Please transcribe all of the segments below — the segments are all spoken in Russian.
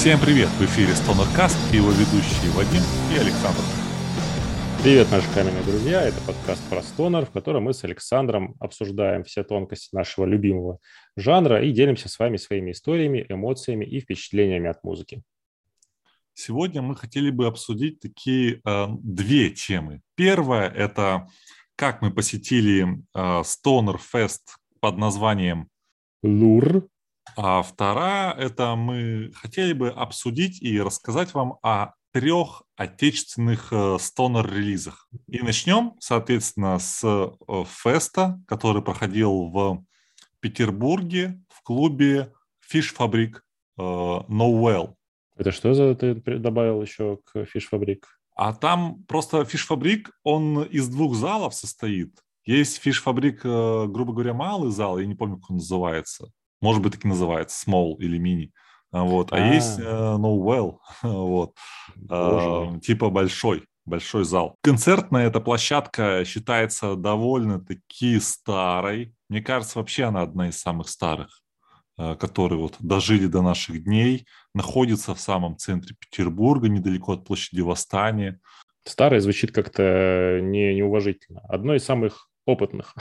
Всем привет! В эфире StonerCast и его ведущие Вадим и Александр. Привет, наши каменные друзья! Это подкаст про стонер, в котором мы с Александром обсуждаем все тонкости нашего любимого жанра и делимся с вами своими историями, эмоциями и впечатлениями от музыки. Сегодня мы хотели бы обсудить такие две темы. Первая – это как мы посетили Stoner Fest под названием Лур. А вторая – это мы хотели бы обсудить и рассказать вам о 3 отечественных стонер-релизах. И начнем, соответственно, с феста, который проходил в Петербурге в клубе Fish Fabric Nowell. Это что за ты добавил еще к Fish Fabric? А там просто Fish Fabric, он из 2 залов состоит. Есть Fish Fabric, грубо говоря, малый зал, я не помню, как он называется. Может быть, так и называется, small или mini. Вот. А есть Nowell, вот. Типа большой зал. Концертная эта площадка считается довольно-таки старой. Мне кажется, вообще она одна из самых старых, которые вот дожили до наших дней. Находится в самом центре Петербурга, недалеко от площади Восстания. Старое звучит как-то неуважительно. Одно из самых опытных.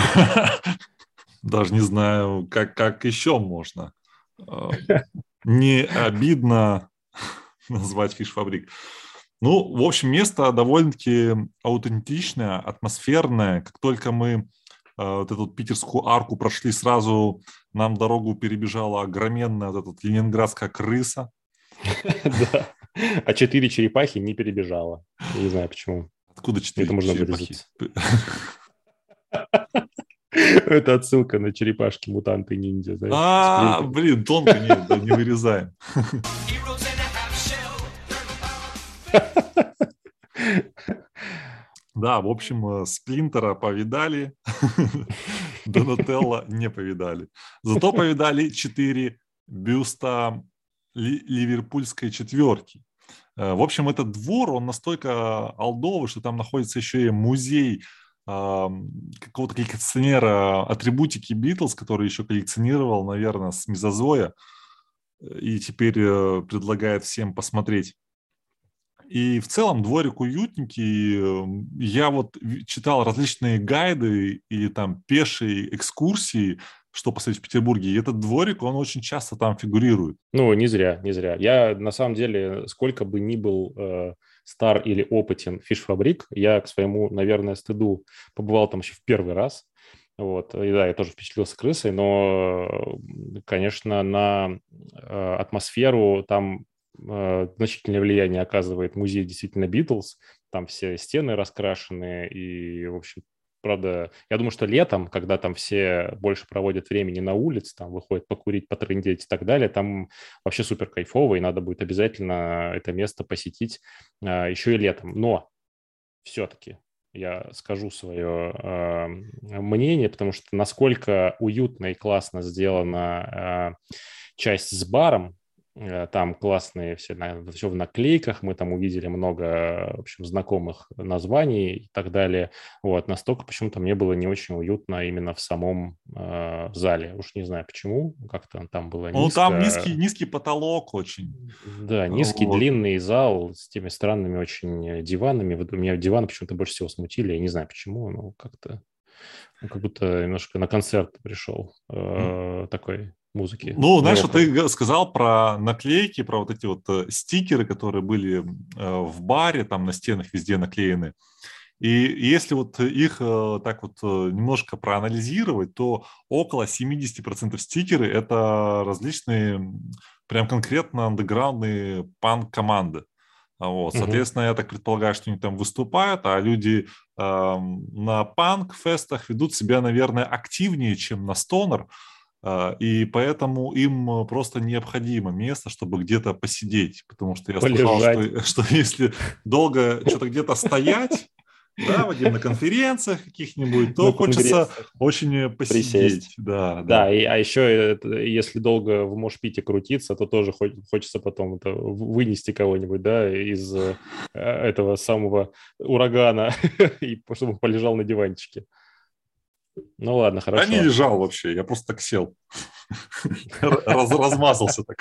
Даже не знаю, как еще можно. Не обидно назвать фиш-фабрик. Ну, в общем, место довольно-таки аутентичное, атмосферное. Как только мы вот эту питерскую арку прошли, сразу нам дорогу перебежала огроменная вот эта ленинградская крыса. Да. А 4 черепахи не перебежала. Я не знаю, почему. Откуда 4 Это можно черепахи? Это отсылка на черепашки, муtanты, ниндзя. Блин, тонко, не вырезаем. Да, в общем, Сплинтера повидали, Донателло не повидали. Зато повидали 4 бюста ливерпульской четверки. В общем, этот двор, он настолько олдовый, что там находится еще и музей какого-то коллекционера атрибутики Битлз, который еще коллекционировал, наверное, с мезозоя, и теперь предлагает всем посмотреть. И в целом дворик уютненький. Я вот читал различные гайды или там пешие экскурсии, что посмотреть в Петербурге. И этот дворик, он очень часто там фигурирует. Ну, не зря. Я, на самом деле, сколько бы ни был стар или опытен фиш-фабрик, я к своему, наверное, стыду побывал там еще в первый раз. Вот. И да, я тоже впечатлился крысой, но, конечно, на атмосферу там значительное влияние оказывает музей действительно Битлз. Там все стены раскрашены и, в общем, правда, я думаю, что летом, когда там все больше проводят времени на улице, там выходят покурить, потрындеть и так далее, там вообще супер кайфово, и надо будет обязательно это место посетить еще и летом. Но все-таки я скажу свое мнение, потому что насколько уютно и классно сделана часть с баром. Там классные все в наклейках, мы там увидели много, в общем, знакомых названий и так далее. Вот, настолько почему-то мне было не очень уютно именно в самом зале. Уж не знаю почему, как-то там было низко. Ну, там низкий потолок очень. Да, низкий, вот. Длинный зал с теми странными очень диванами. Вот меня диваны почему-то больше всего смутили, я не знаю почему, но как-то, как будто немножко на концерт пришел такой музыки. Ну, знаешь, что ты сказал про наклейки, про вот эти вот стикеры, которые были в баре, там на стенах везде наклеены. И если вот их так вот немножко проанализировать, то около 70% стикеры – это различные, прям конкретно андеграундные панк-команды. Вот. Соответственно, я так предполагаю, что они там выступают, а люди на панк-фестах ведут себя, наверное, активнее, чем на стонер. И поэтому им просто необходимо место, чтобы где-то посидеть. Потому что я слышал, что если долго что-то где-то стоять, да, Вадим, на конференциях каких-нибудь, то хочется очень посидеть. Да. А еще если долго в мошпите крутиться, то тоже хочется потом это вынести кого-нибудь, да, из этого самого урагана, и чтобы он полежал на диванчике. Ну ладно, хорошо. Я не лежал вообще, я просто так сел. Размазался так.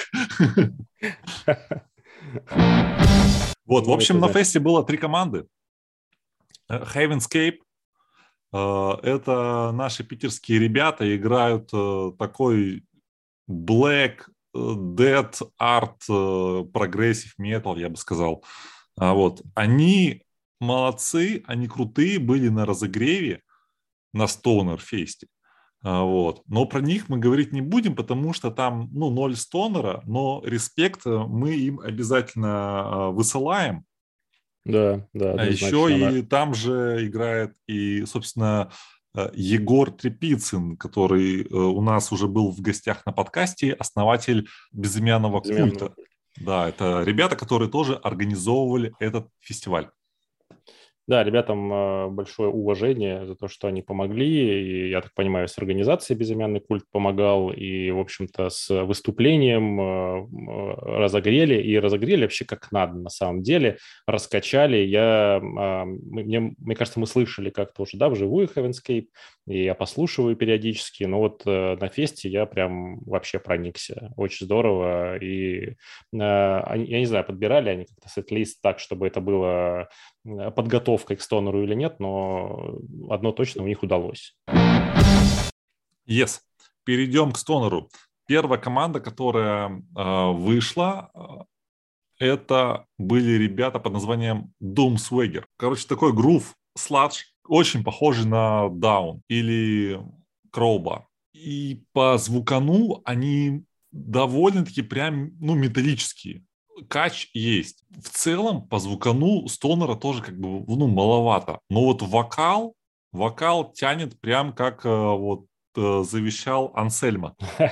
Вот, в общем, на фесте было 3 команды. Heavenscape. Это наши питерские ребята играют такой black, dead art, progressive metal, я бы сказал. Вот. Они молодцы, они крутые, были на разогреве на Stoner фесте. Вот. Но про них мы говорить не будем, потому что там 0 стонера, но респект мы им обязательно высылаем. Да, Еще и там же играет и, собственно, Егор Трепицын, который у нас уже был в гостях на подкасте, основатель Безымянного культа. Да, это ребята, которые тоже организовывали этот фестиваль. Да, ребятам большое уважение за то, что они помогли. И, я так понимаю, с организацией «Безымянный культ» помогал, и, в общем-то, с выступлением разогрели вообще как надо на самом деле, раскачали. Мне кажется, мы слышали как-то уже, да, вживую Heavenscape, и я послушиваю периодически, но вот на фесте я прям вообще проникся. Очень здорово. И, я не знаю, подбирали они как-то сет-лист так, чтобы это было подготовкой к стонеру или нет, но одно точно у них удалось. Yes. Перейдем к стонеру. Первая команда, которая вышла, это были ребята под названием Doomswagger. Короче, такой грув, сладж, очень похожий на Down или Crowbar. И по звукану они довольно-таки прям, металлические. Кач есть. В целом, по звукану стонера тоже как бы, маловато. Но вот вокал тянет прям как завещал Ансельма.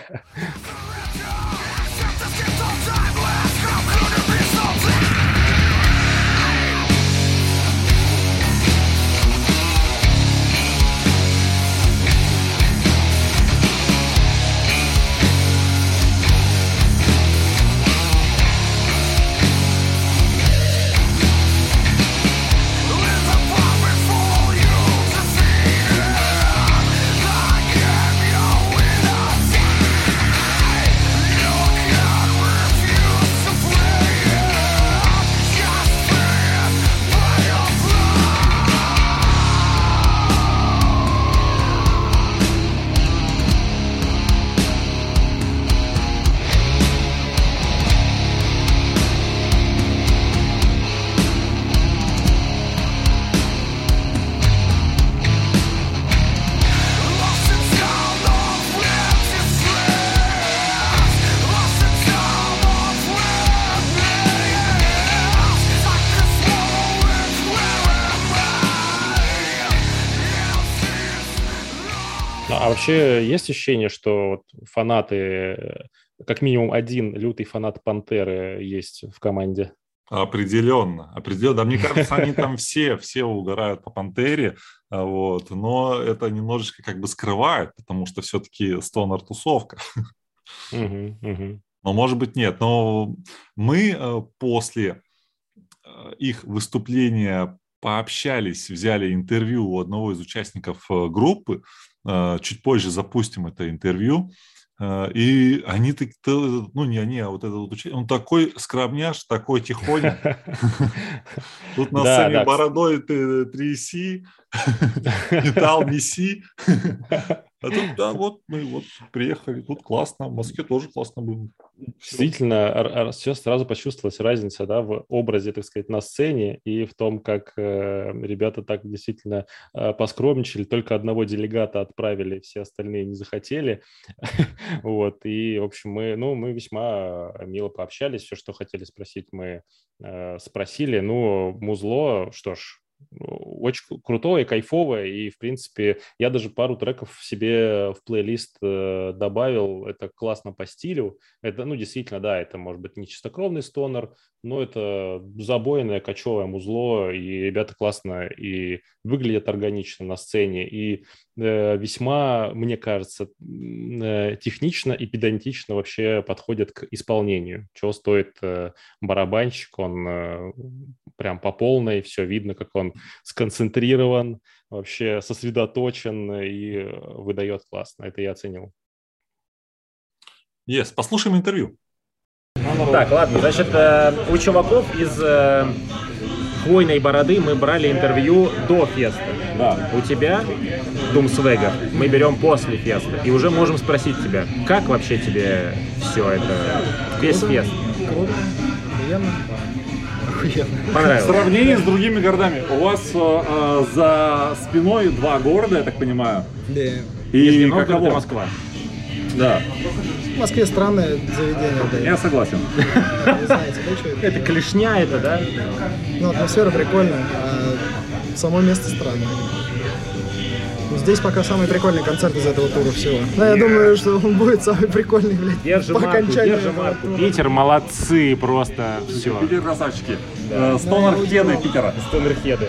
А вообще есть ощущение, что фанаты, как минимум один лютый фанат «Пантеры» есть в команде? Определенно. Да, мне кажется, они там все угорают по «Пантере», но это немножечко как бы скрывает, потому что все-таки стонер-тусовка. Но, может быть, нет. Но мы после их выступления пообщались, взяли интервью у одного из участников группы. Чуть позже запустим это интервью. И они, не они, а вот этот участник, он такой скромняш, такой тихоня. Тут на сцене бородой ты тряси, металл неси. А тут, да, мы приехали, тут классно, в Москве тоже классно было. Действительно, сейчас сразу почувствовалась разница, да, в образе, так сказать, на сцене и в том, как ребята так действительно поскромничали, только одного делегата отправили, все остальные не захотели. Вот, и, в общем, мы весьма мило пообщались, все, что хотели спросить, мы спросили. Музло, что ж, очень крутое, кайфовое, и, в принципе, я даже пару треков себе в плейлист добавил, это классно по стилю, это, действительно, да, это может быть не чистокровный стонер, но это забойное, кочевое музло, и ребята классно и выглядят органично на сцене, и весьма, мне кажется, технично и педантично вообще подходят к исполнению, чего стоит барабанщик, он прям по полной, все видно, как он сконцентрирован, вообще сосредоточен и выдает классно. Это я оценил. Послушаем интервью. Так, ладно, значит, у чуваков из Хвойной Бороды мы брали интервью до феста. Да. У тебя, Думсвега, мы берем после феста. И уже можем спросить тебя, как вообще тебе все это, весь фест? Круто, охуенно. В Понравилось? сравнении с другими городами, у вас за спиной 2 города, я так понимаю. Да. И Нижний Новгород и каково? Москва. Да, В Москве странное заведение, да. я согласен. Вы знаете, да, что это? Это клешня, это, да? Ну, атмосфера прикольная, а само место странное. Ну, здесь пока самый прикольный концерт из этого тура всего. Но я думаю, что он будет самый прикольный, блядь, Держи по марку, окончанию держи этого марку. тура. Питер, молодцы, просто все. Питер красавчики. Стонер-хеды Питера. Стонерхеды.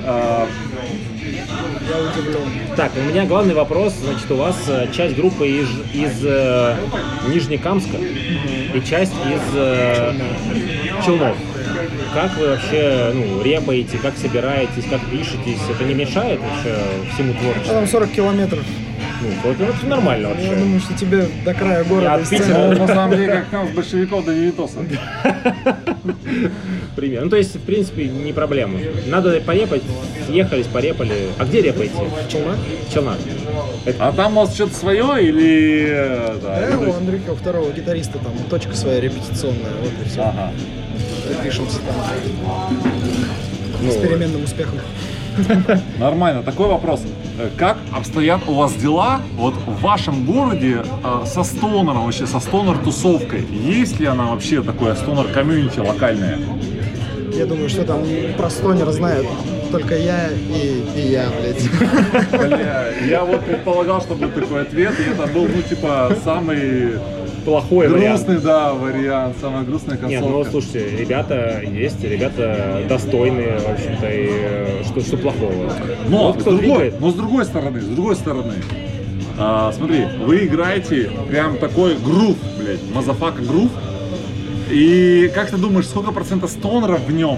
Я удивлен. Так, у меня главный вопрос, значит, у вас часть группы из Нижнекамска и часть из Челнов. Как вы вообще, репаете, как собираетесь, как пишетесь? Это не мешает вообще всему А творчеству? там 40 километров. Это нормально Я вообще. думаю, что тебе до края города от из Питера центра. На самом деле, как нам с большевиков до Витоса. Примерно. Ну, то есть, в принципе, не проблема. Надо порепать, съехались, порепали. А где репаете? Челнах? Челнах. А там у вас что-то свое или... Да, у Андрюхи, у второго гитариста, там точка своя репетиционная, вот и все. Ага. Пишемся там с переменным успехом. Нормально. Такой вопрос. Как обстоят у вас дела вот в вашем городе со стонером, вообще со стонер-тусовкой? Есть ли она вообще такое стонер-комьюнити локальное? Я думаю, что там про стонер знают только я и я, блядь. Бля, я вот предполагал, что будет такой ответ, и это был, самый Плохой вариант. грустный, вариант, самая грустная концовка. Нет, ну слушайте, ребята есть, ребята достойные, в общем-то, и что плохого. Но, Вот кто двигает. с другой стороны, смотри, вы играете прям такой грув, блядь, мазафака грув. И как ты думаешь, сколько процентов стонеров в нем?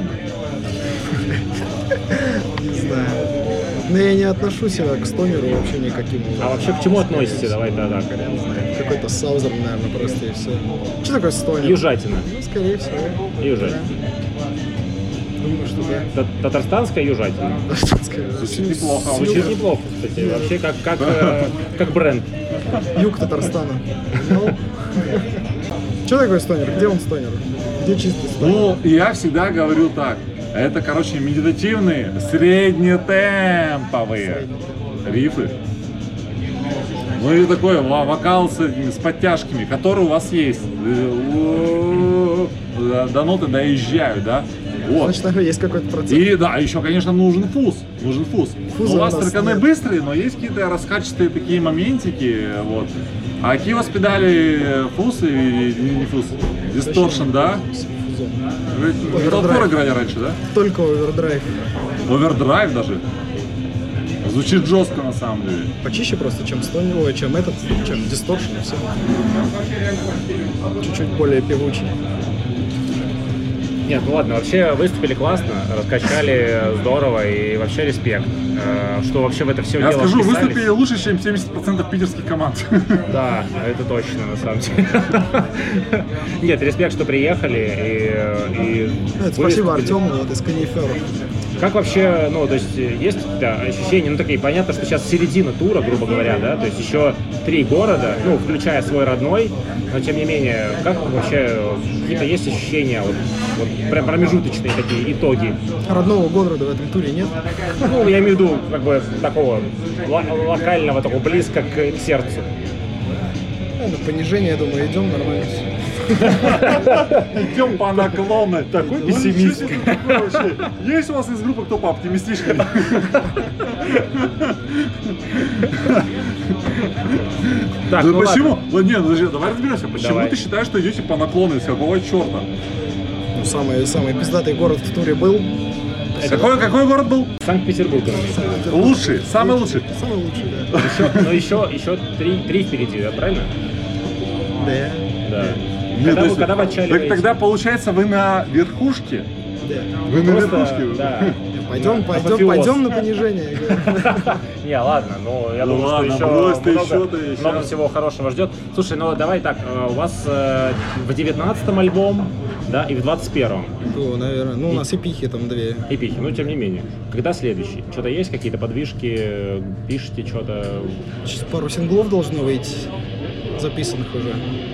Не знаю. Но я не отношу себя к стонеру вообще никаким. А вообще к чему относитесь? Давай тогда. Какой-то саузер, наверное, просто и все. Что такое стонер? Южатина. Ну, скорее всего. Южатина. Да. Думаю, что да. Татарстанская южатина. Звучит неплохо. Звучит неплохо, кстати. Вообще как бренд. Юг Татарстана. Ну. Что такое стонер? Где он стонер? Где чистый стонер? Ну, я всегда говорю так. Это, медитативные, среднетемповые рифы. Ну и такой вокал с подтяжками, который у вас есть. До ноты доезжают, да? Вот. Значит, там есть какой-то процент. И да, еще, конечно, нужен фуз. Фуза У вас у нас строканы нет. быстрые, но есть какие-то раскачатые такие моментики. Вот. А какие у вас педали фуз и не фуз? Дисторшн, да? Вы металкор играли раньше, да? Только овердрайв. Овердрайв даже. Звучит жестко на самом деле. Почище просто, чем стонер, чем дисторшн и все. Чуть-чуть более певучий. Нет, ну ладно, вообще выступили классно, раскачали здорово и вообще респект. Что вообще в это все Я дело скажу, вписались. выступили лучше, чем 70% питерских команд. Да, это точно, на самом деле. Нет, респект, что приехали и Спасибо выступили. Артему вот, из Канифера. Как вообще, то есть есть ощущения, такие, понятно, что сейчас середина тура, грубо говоря, да, то есть еще 3 города, включая свой родной, но тем не менее, как вообще, какие-то есть ощущения, вот прям промежуточные такие итоги? Родного города в этом туре нет. Ну, я имею в виду, такого локального, такого близко к сердцу. На понижение, я думаю, идем нормально. Идем по наклону. Такой Ну, пессимист. ничего себе, такой вообще. Есть у вас из группы кто пооптимистичнее? Так, Да ну почему? ладно. Ну, нет, подожди, давай разберемся. Почему Давай. ты считаешь, что идете по наклону? С какого черта? Ну, самый пиздатый город в туре был. Какой город был? Санкт-Петербург, имеется в виду. Лучший, самый лучший. Самый лучший, да. Но еще три впереди, да, правильно? Да. Да. Нет, то есть- Когда вы отчаливаете? Так тогда получается вы на верхушке? Да. Вы на Просто, верхушке? да. Пойдем на понижение. Не, ладно, но я думаю, что еще много всего хорошего ждет. Слушай, ну давай так, у вас в 19-м альбом, да, и в 21-м. Ну, наверное. Ну, у нас эпихи там 2. Эпихи, ну, тем не менее. Когда следующий? Что-то есть, какие-то подвижки, пишете что-то? Сейчас пару синглов должно выйти, записанных уже.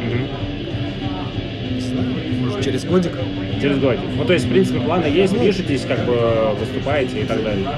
Не знаю, может, через годик. Через годик. Ну, то есть, в принципе, планы есть, пишетесь, как бы выступаете и так далее.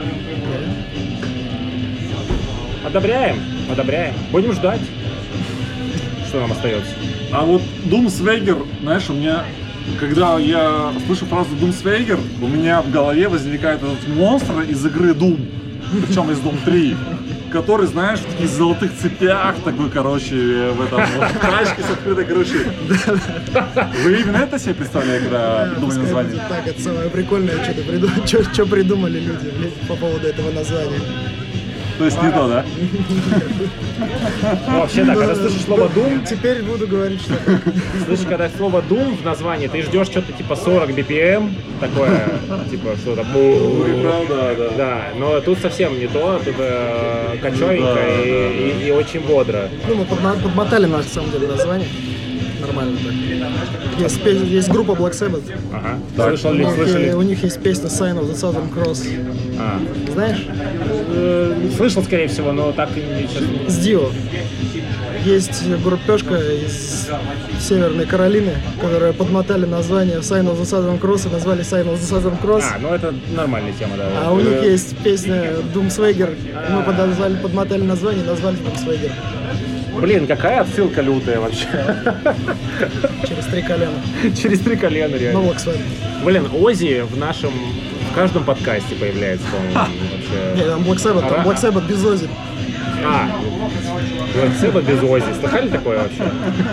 Одобряем. Будем ждать, что нам остается. А вот Doomswagger, знаешь, у меня, когда я слышу фразу Doomswagger, у меня в голове возникает этот монстр из игры Doom, причем из Doom 3, который, знаешь, в таких золотых цепях, такой, короче, в этом вот тачке с открытой крышей. Вы именно это себе представляли, когда думали название? Так, это самое прикольное, что придумали люди по поводу этого названия. То есть не то, да? Ну, вообще, да, когда слышишь слово Doom... Теперь буду говорить, что... Слышишь, когда слово Doom в названии, ты ждешь что-то типа 40 BPM, такое, типа что-то... Да, но тут совсем не то, тут кочевенько и очень бодро. Ну, мы подмотали на самом деле название. Нормально так. Есть группа Black Sabbath. Ага. Слышали? У них есть песня Sign of the Southern Cross. Знаешь? Слышал, скорее всего, но так и не честно. С Дио. Есть группешка из Северной Каролины, которая подмотали название Sign of the Southern Cross и назвали Sign of the Southern Cross. Ну это нормальная тема, да. А у них есть песня Doomswagger. Мы подмотали название и назвали Doomswagger. Блин, какая отсылка лютая вообще. Через 3 колена. Через 3 колена, реально. Ну, Black Sabbath. Блин, Оззи в каждом подкасте появляется, по-моему, вообще. Нет, там Black Sabbath без Оззи. Black Sabbath без Оззи. Слыхали такое вообще?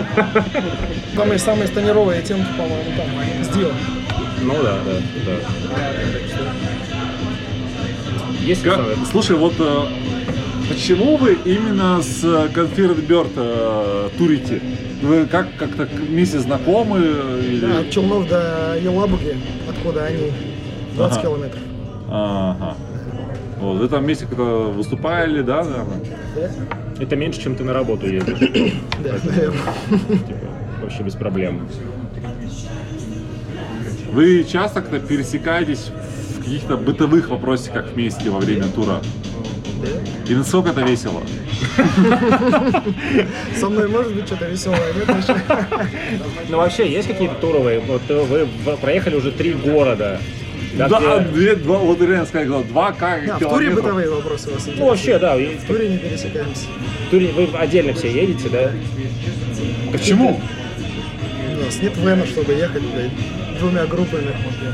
Самые станировые темки, по-моему, там, с Дио. Ну да. Есть Слушай, вот почему вы именно с Confederate Bird турите? Вы как-то вместе знакомы? Или... Да, от Челнов до Елабуги, откуда они 20 километров. Ага. Вот, вы там вместе когда выступали, да, наверное? Да. Это меньше, чем ты на работу ездишь. Да, наверное. Типа, вообще без проблем. Вы часто как-то пересекаетесь в каких-то бытовых вопросиках вместе во время тура? Да. И насколько это весело? Со мной может быть что-то веселое, нет? Ну вообще, есть какие-то туровые? Вот вы проехали уже 3 города. Да, вот реально сказал, 2 километра. В туре бытовые вопросы у вас интересуют? Ну вообще, да. В туре не пересекаемся. В туре вы отдельно все едете, да? Почему? У нас нет вена, чтобы ехать, блядь, 2 группами.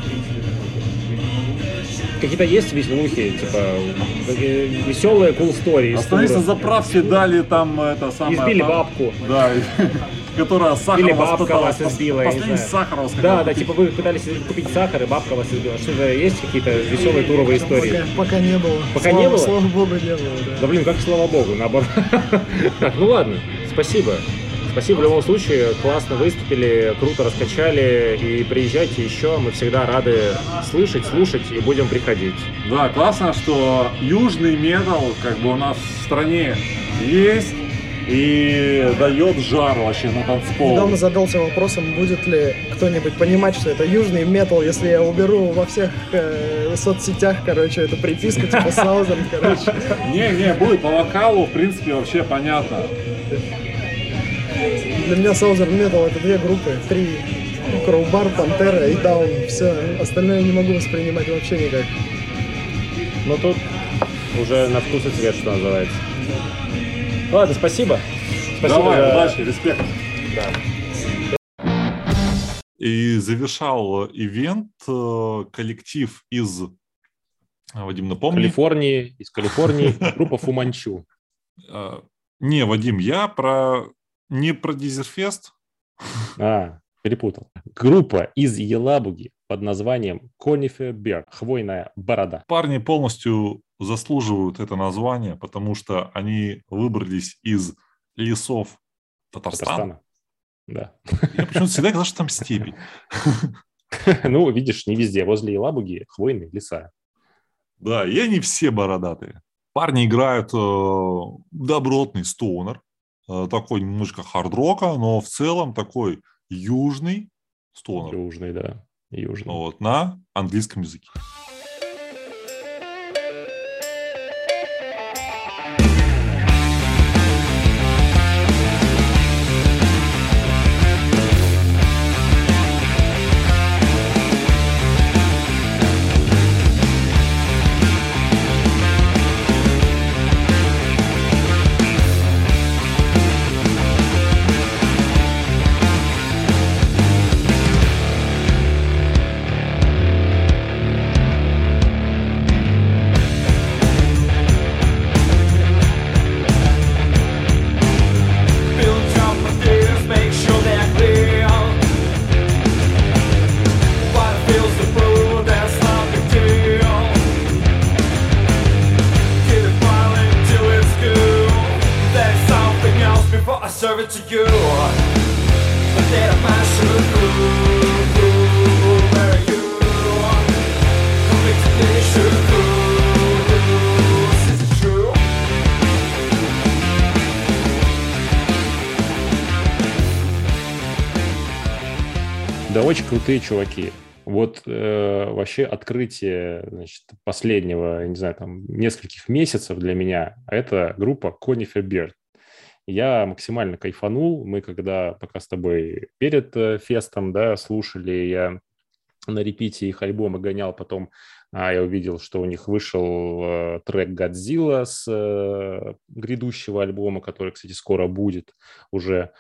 Какие-то есть веселухи, типа веселые cool story. Остановились на заправке, дали там это самое... Избили бабку. Да, которая сахар или бабка вас избила. Последний сахар вас хотел Да, типа вы пытались купить сахар, и бабка вас избила. Что-то есть какие-то веселые туровые истории? Пока не было. Пока не было? Слава богу, не было, да. Да блин, как слава богу, наоборот. Так, ну ладно, спасибо. Спасибо в любом случае, классно выступили, круто раскачали, и приезжайте еще, мы всегда рады слышать, слушать и будем приходить. Да, классно, что южный метал как бы у нас в стране есть и дает жар вообще на танцпол. Недавно задался вопросом, будет ли кто-нибудь понимать, что это южный метал, если я уберу во всех соцсетях, короче, эту приписку, типа Southern, короче. Не, будет по вокалу, в принципе, вообще понятно. Для меня Southern Metal это 2 группы, 3. Crowbar, Pantera и Down. Все, остальное не могу воспринимать вообще никак. Ну тут уже на вкус и цвет, что называется. Ладно, спасибо. Давай, удачи, респект. Да. И завершал ивент коллектив из, Вадим, напомни. Из Калифорнии, группа Фуманчу. Не, Вадим, я не про Дизерфест. Перепутал. Группа из Елабуги под названием Conifer Beard, хвойная борода. Парни полностью заслуживают это название, потому что они выбрались из лесов Татарстана. Да. Я почему-то всегда казалось, что там степи. Ну, видишь, не везде. Возле Елабуги хвойные леса. Да, и они все бородатые. Парни играют добротный стоунер, такой немножко хард-рока, но в целом такой южный стоунер. Южный, да. Южный. Вот, на английском языке. Serve it to you, but that I should where are you? Convicted should is it true? Да, очень крутые чуваки. Вот вообще открытие, значит, последнего, не знаю, там, нескольких месяцев для меня – это группа Conifer Beard. Я максимально кайфанул. Мы пока с тобой перед фестом, да, слушали, я на репите их альбомы гонял, потом я увидел, что у них вышел трек Godzilla с грядущего альбома, который, кстати, скоро будет уже.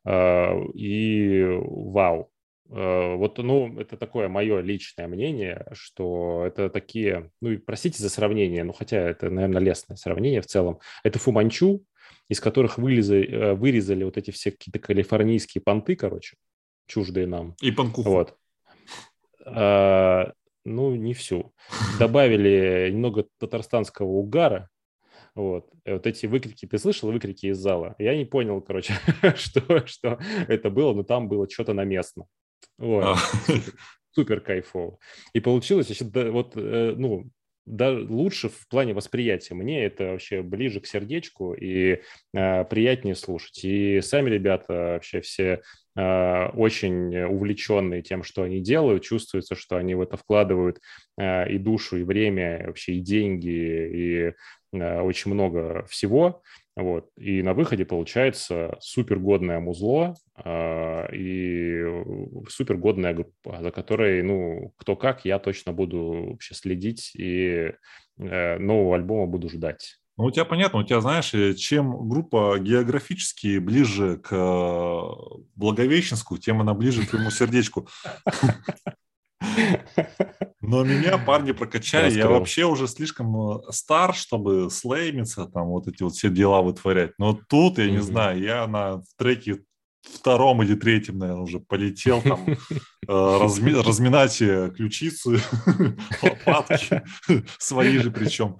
И вау. Вот, ну, это такое мое личное мнение, что это такие, ну, простите за сравнение, ну, хотя это, наверное, лестное сравнение в целом. Это Фу Манчу, из которых вырезали вот эти все какие-то калифорнийские понты, короче, чуждые нам. И панкуху. Вот. Ну, не всю. Добавили немного татарстанского угара. Вот эти выкрики, ты слышал выкрики из зала? Я не понял, короче, что это было, но там было что-то на местном. Вот. Супер кайфово. И получилось, вот, ну, да, лучше в плане восприятия. Мне это вообще ближе к сердечку и приятнее слушать. И сами ребята вообще все очень увлеченные тем, что они делают. Чувствуется, что они в это вкладывают и душу, и время, вообще и деньги, и очень много всего. Вот. И на выходе получается супергодное музло и супергодная группа, за которой, ну, кто как, я точно буду вообще следить и нового альбома буду ждать. Ну, у тебя понятно, у тебя, знаешь, чем группа географически ближе к Благовещенску, тем она ближе к твоему сердечку. Но меня парни прокачали, я вообще уже слишком стар, чтобы слеймиться, там вот эти вот все дела вытворять. Но тут, я не знаю, я на треке 2 или 3, наверное, уже полетел там разминать ключицы, лопатки, свои же причем.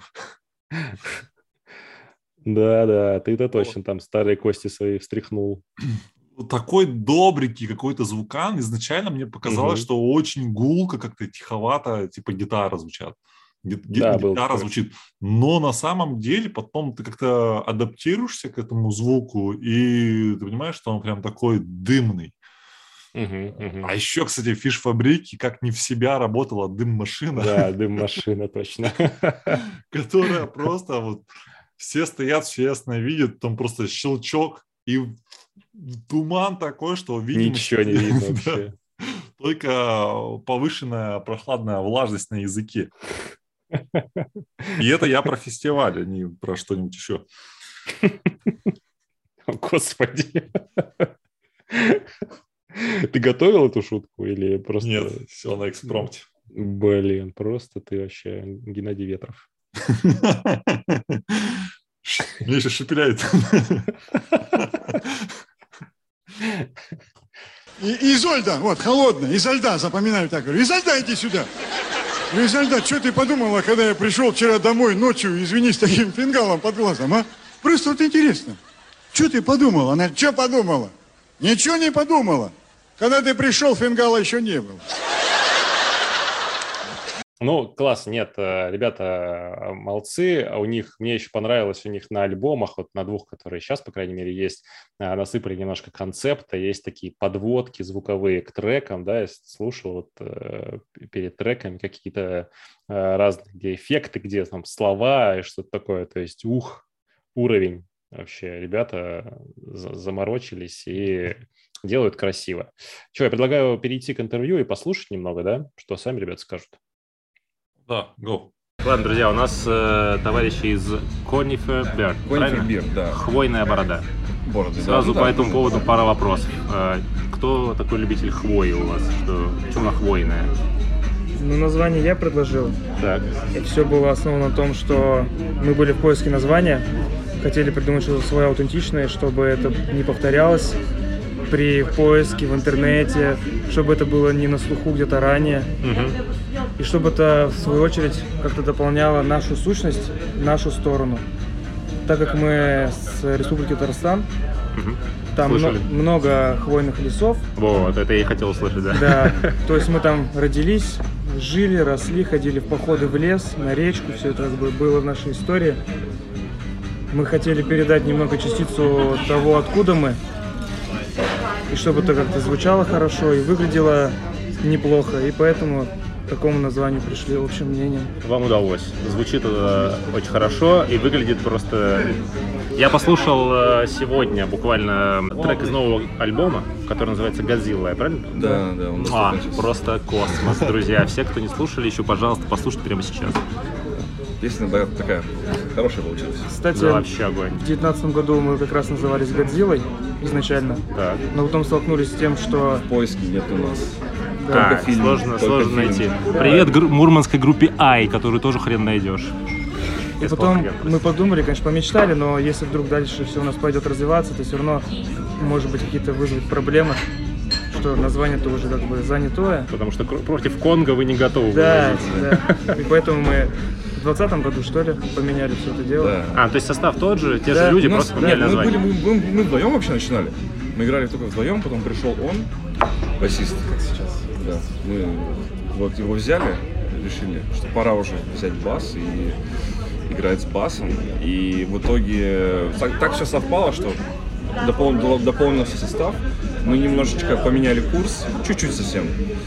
Да, ты-то точно там старые кости свои встряхнул. Такой добренький какой-то звукан. Изначально мне показалось, что очень гулко, как-то тиховато, типа гитара звучат. Гитара звучит. Но на самом деле потом ты как-то адаптируешься к этому звуку, и ты понимаешь, что он прям такой дымный. А еще, кстати, в Фиш-фабрике как не в себя работала дым-машина. Да, дым-машина, точно. Которая просто вот все стоят, все ясно видят, там просто щелчок и туман такой, что видимость... Ничего не видно вообще. Только повышенная прохладная влажность на языке. И это я про фестиваль, а не про что-нибудь еще. Господи. Ты готовил эту шутку или просто... Нет, все на экспромте. Блин, просто ты вообще Геннадий Ветров. Мне еще шепеляет. Изольда, вот, холодная, Изольда, запоминаю так. Говорю, Изольда, иди сюда. Говорю, Изольда, что ты подумала, когда я пришел вчера домой ночью, извини, с таким фингалом под глазом, а? Просто вот интересно. Что ты подумала? Она, что подумала? Ничего не подумала. Когда ты пришел, фингала еще не было. Ну, класс, нет, ребята молодцы, у них, мне еще понравилось, у них на альбомах, вот на 2, которые сейчас, по крайней мере, есть, насыпали немножко концепта, есть такие подводки звуковые к трекам, да, я слушал вот перед треками какие-то разные где эффекты, где там слова и что-то такое, то есть уровень вообще, ребята заморочились и делают красиво. Что, я предлагаю перейти к интервью и послушать немного, да, что сами ребята скажут. Да, go. Ладно, друзья, у нас товарищи из Conifer Beard, правильно? Beard, да. Хвойная борода. Бороды, Сразу да, по этому поводу пара вопросов. Кто такой любитель хвои у вас? Почему она хвойная? Ну, название я предложил. Так. И все было основано на том, что мы были в поиске названия, хотели придумать что-то свое аутентичное, чтобы это не повторялось при поиске в интернете, чтобы это было не на слуху где-то ранее, и чтобы это, в свою очередь, как-то дополняло нашу сущность, нашу сторону. Так как мы с Республики Татарстан, там много хвойных лесов. Вот, это я и хотел услышать, да. Да, то есть мы там родились, жили, росли, ходили в походы в лес, на речку, все это как бы было в нашей истории. Мы хотели передать немного частицу того, откуда мы, и чтобы это как-то звучало хорошо и выглядело неплохо, и поэтому к такому названию пришли общим мнением. Вам удалось. Звучит очень хорошо и выглядит просто... Я послушал сегодня буквально трек из нового альбома, который называется «Годзилла», я правильно? Да. Просто космос, друзья. Все, кто не слушали еще, пожалуйста, послушайте прямо сейчас. Песня такая хорошая получилась. Кстати, да, вообще огонь. В 2019 году мы как раз назывались «Годзиллой» изначально, так. Но потом столкнулись с тем, что... В поиске нет у нас. Да, сложно найти. Привет мурманской группе «Ай», которую тоже хрен найдешь. И потом мы подумали, конечно, помечтали, но если вдруг дальше все у нас пойдет развиваться, то все равно, может быть, какие-то вызовет проблемы, что название-то уже как бы занятое. Потому что против Конго вы не готовы. Да, да. И поэтому мы в 2020 году, что ли, поменяли все это дело. Да. То есть состав тот же, те же люди, просто поменяли название. Мы вдвоем вообще начинали. Мы играли только вдвоем, потом пришел он, басист, как сейчас. Да. Мы вот его взяли, решили, что пора уже взять бас и играть с басом. И в итоге так все совпало, что дополнился состав. Мы немножечко поменяли курс, чуть-чуть совсем.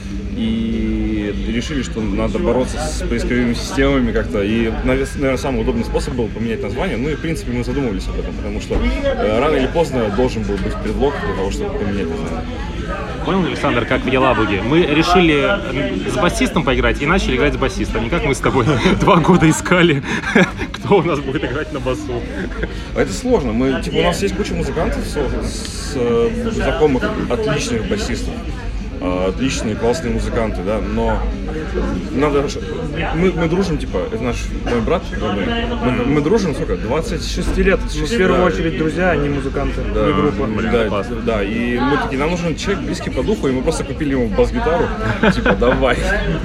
И решили, что надо бороться с поисковыми системами как-то. И, наверное, самый удобный способ был поменять название. Ну и, в принципе, мы задумывались об этом, потому что рано или поздно должен был быть предлог для того, чтобы поменять название. Понял, Александр, как в Елабуге? Мы решили с басистом поиграть и начали играть с басистом. Не как мы с тобой 2 года искали, кто у нас будет играть на басу. Это сложно. У нас есть куча музыкантов, знакомых, отличных басистов. Отличные, классные музыканты, да, но надо... Мы дружим, это мой брат родной. Мы дружим, сколько, 26 лет. В первую очередь друзья, а не музыканты, да, не группа. Да, и мы такие, нам нужен человек близкий по духу, и мы просто купили ему бас-гитару, давай.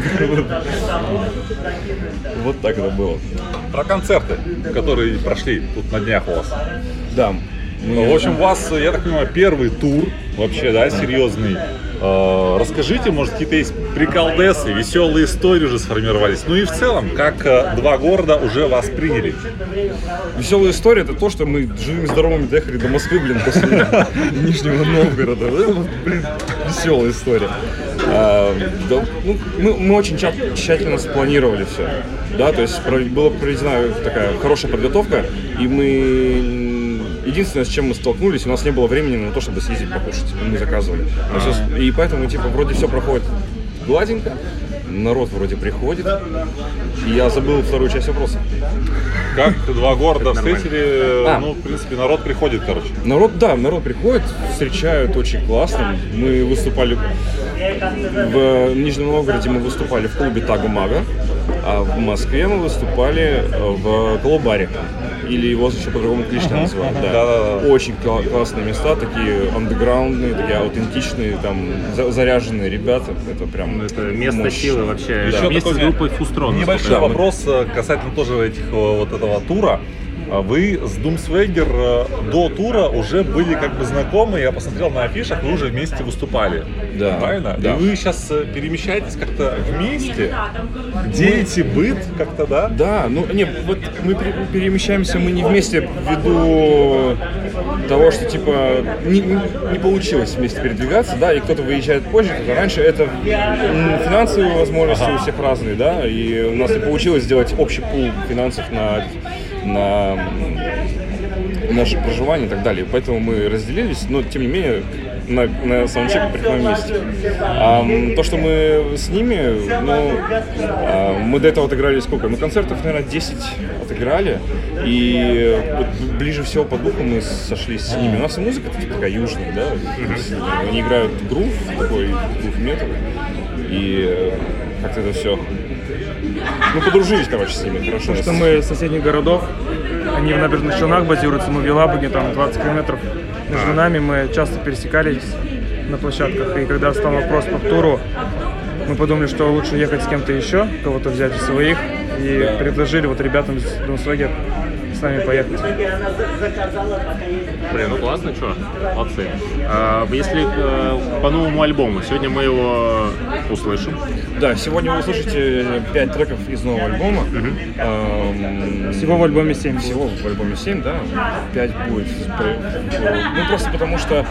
Вот так это было. Про концерты, которые прошли тут на днях у вас. Да. В общем, у вас, я так понимаю, первый тур вообще, да, серьезный. Расскажите, может, какие-то есть приколдесы, веселые истории уже сформировались. Ну и в целом, как 2 города уже вас приняли? Веселая история — это то, что мы живыми здоровыми доехали до Москвы, после Нижнего Новгорода. Веселая история. Мы очень тщательно спланировали все. Да, то есть была проведена такая хорошая подготовка, и мы... Единственное, с чем мы столкнулись, у нас не было времени на то, чтобы съездить покушать. Мы заказывали. И поэтому, вроде все проходит гладенько, народ вроде приходит. И я забыл вторую часть вопроса. Как 2 города встретили? В принципе, народ приходит, Народ приходит, встречают очень классно. Мы выступали в Нижнем Новгороде, мы выступали в клубе Тагу-Мага, а в Москве мы выступали в Колобаре. Или его еще по-другому кличка называют. Да. Очень классные места, такие андеграундные, такие аутентичные, там заряженные ребята. Это прям это место мощь. Силы вообще. Еще вместе с группой Фустрон. Небольшой вопрос касательно тоже этого тура. вы с Doomswagger до тура уже были как бы знакомы, я посмотрел на афишах, вы уже вместе выступали. Да. Правильно? Да. И вы сейчас перемещаетесь как-то вместе, делите быт как-то, да? Да, ну не, вот мы перемещаемся, мы не вместе ввиду того, что типа не получилось вместе передвигаться, да, и кто-то выезжает позже, кто-то раньше. Это финансовые возможности у всех разные, да, и у нас не получилось сделать общий пул финансов на наше проживание и так далее. Поэтому мы разделились, но тем не менее на саундчек приходим вместе. То, что мы с ними, мы до этого отыграли сколько? Мы концертов, наверное, 10 отыграли, и вот ближе всего по духу мы сошлись с ними. У нас и музыка такая южная, да, они играют грув, такой грув-метал, и как-то это все... Мы подружились, короче, с ними, хорошо. Потому что мы из соседних городов, они в Набережных Челнах базируются, мы в Елабуге, там 20 километров между нами, мы часто пересекались на площадках, и когда стал вопрос по туру, мы подумали, что лучше ехать с кем-то еще, кого-то взять из своих, и предложили вот ребятам из Doomswagger с нами поехать. Блин, ну классно, что? Молодцы. Если по новому альбому, сегодня мы его услышим. Да, сегодня вы услышите 5 треков из нового альбома. Всего в альбоме 7. Всего в альбоме 7, да. 5 будет. Ну, просто потому что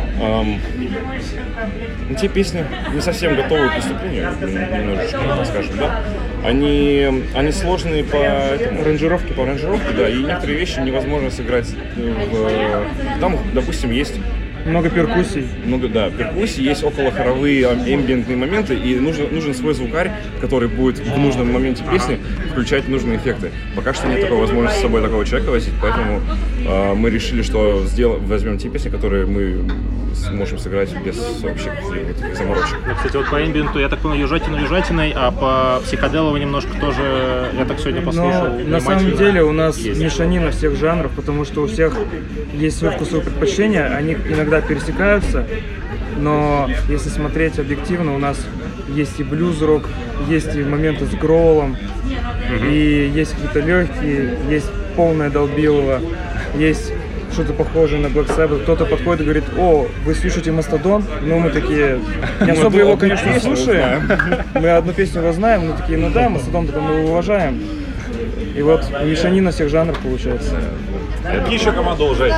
те песни не совсем готовы к выступлению, немножечко, так скажем, да. Они сложные по аранжировке, да, и некоторые вещи невозможно сыграть там, допустим, есть много перкуссий. Перкуссий, есть околохоровые эмбиентные моменты, и нужен свой звукарь, который будет в нужном моменте песни включать нужные эффекты. Пока что нет такой возможности с собой такого человека возить, поэтому мы решили, что возьмем те песни, которые мы сможем сыграть без вообще каких-либо заморочек. Кстати, вот по эмбиенту, я так понял, южатиной, а по психоделово немножко тоже, я так сегодня послушал. Но на самом деле у нас мешанина всех жанров, потому что у всех есть свой вкусовые предпочтения, они иногда пересекаются, но если смотреть объективно, у нас есть и блюз-рок, есть и моменты с гроулом, и есть какие-то легкие, есть полное долбилово, есть что-то похожее на Black Sabbath. Кто-то подходит и говорит: о, вы слушаете Мастодон? Ну, мы такие, не особо его, конечно, слушаем. Мы одну песню его знаем, мы такие, ну да, Мастодон-то мы его уважаем. И вот мешанина всех жанров получается. Какие еще команды уважаете?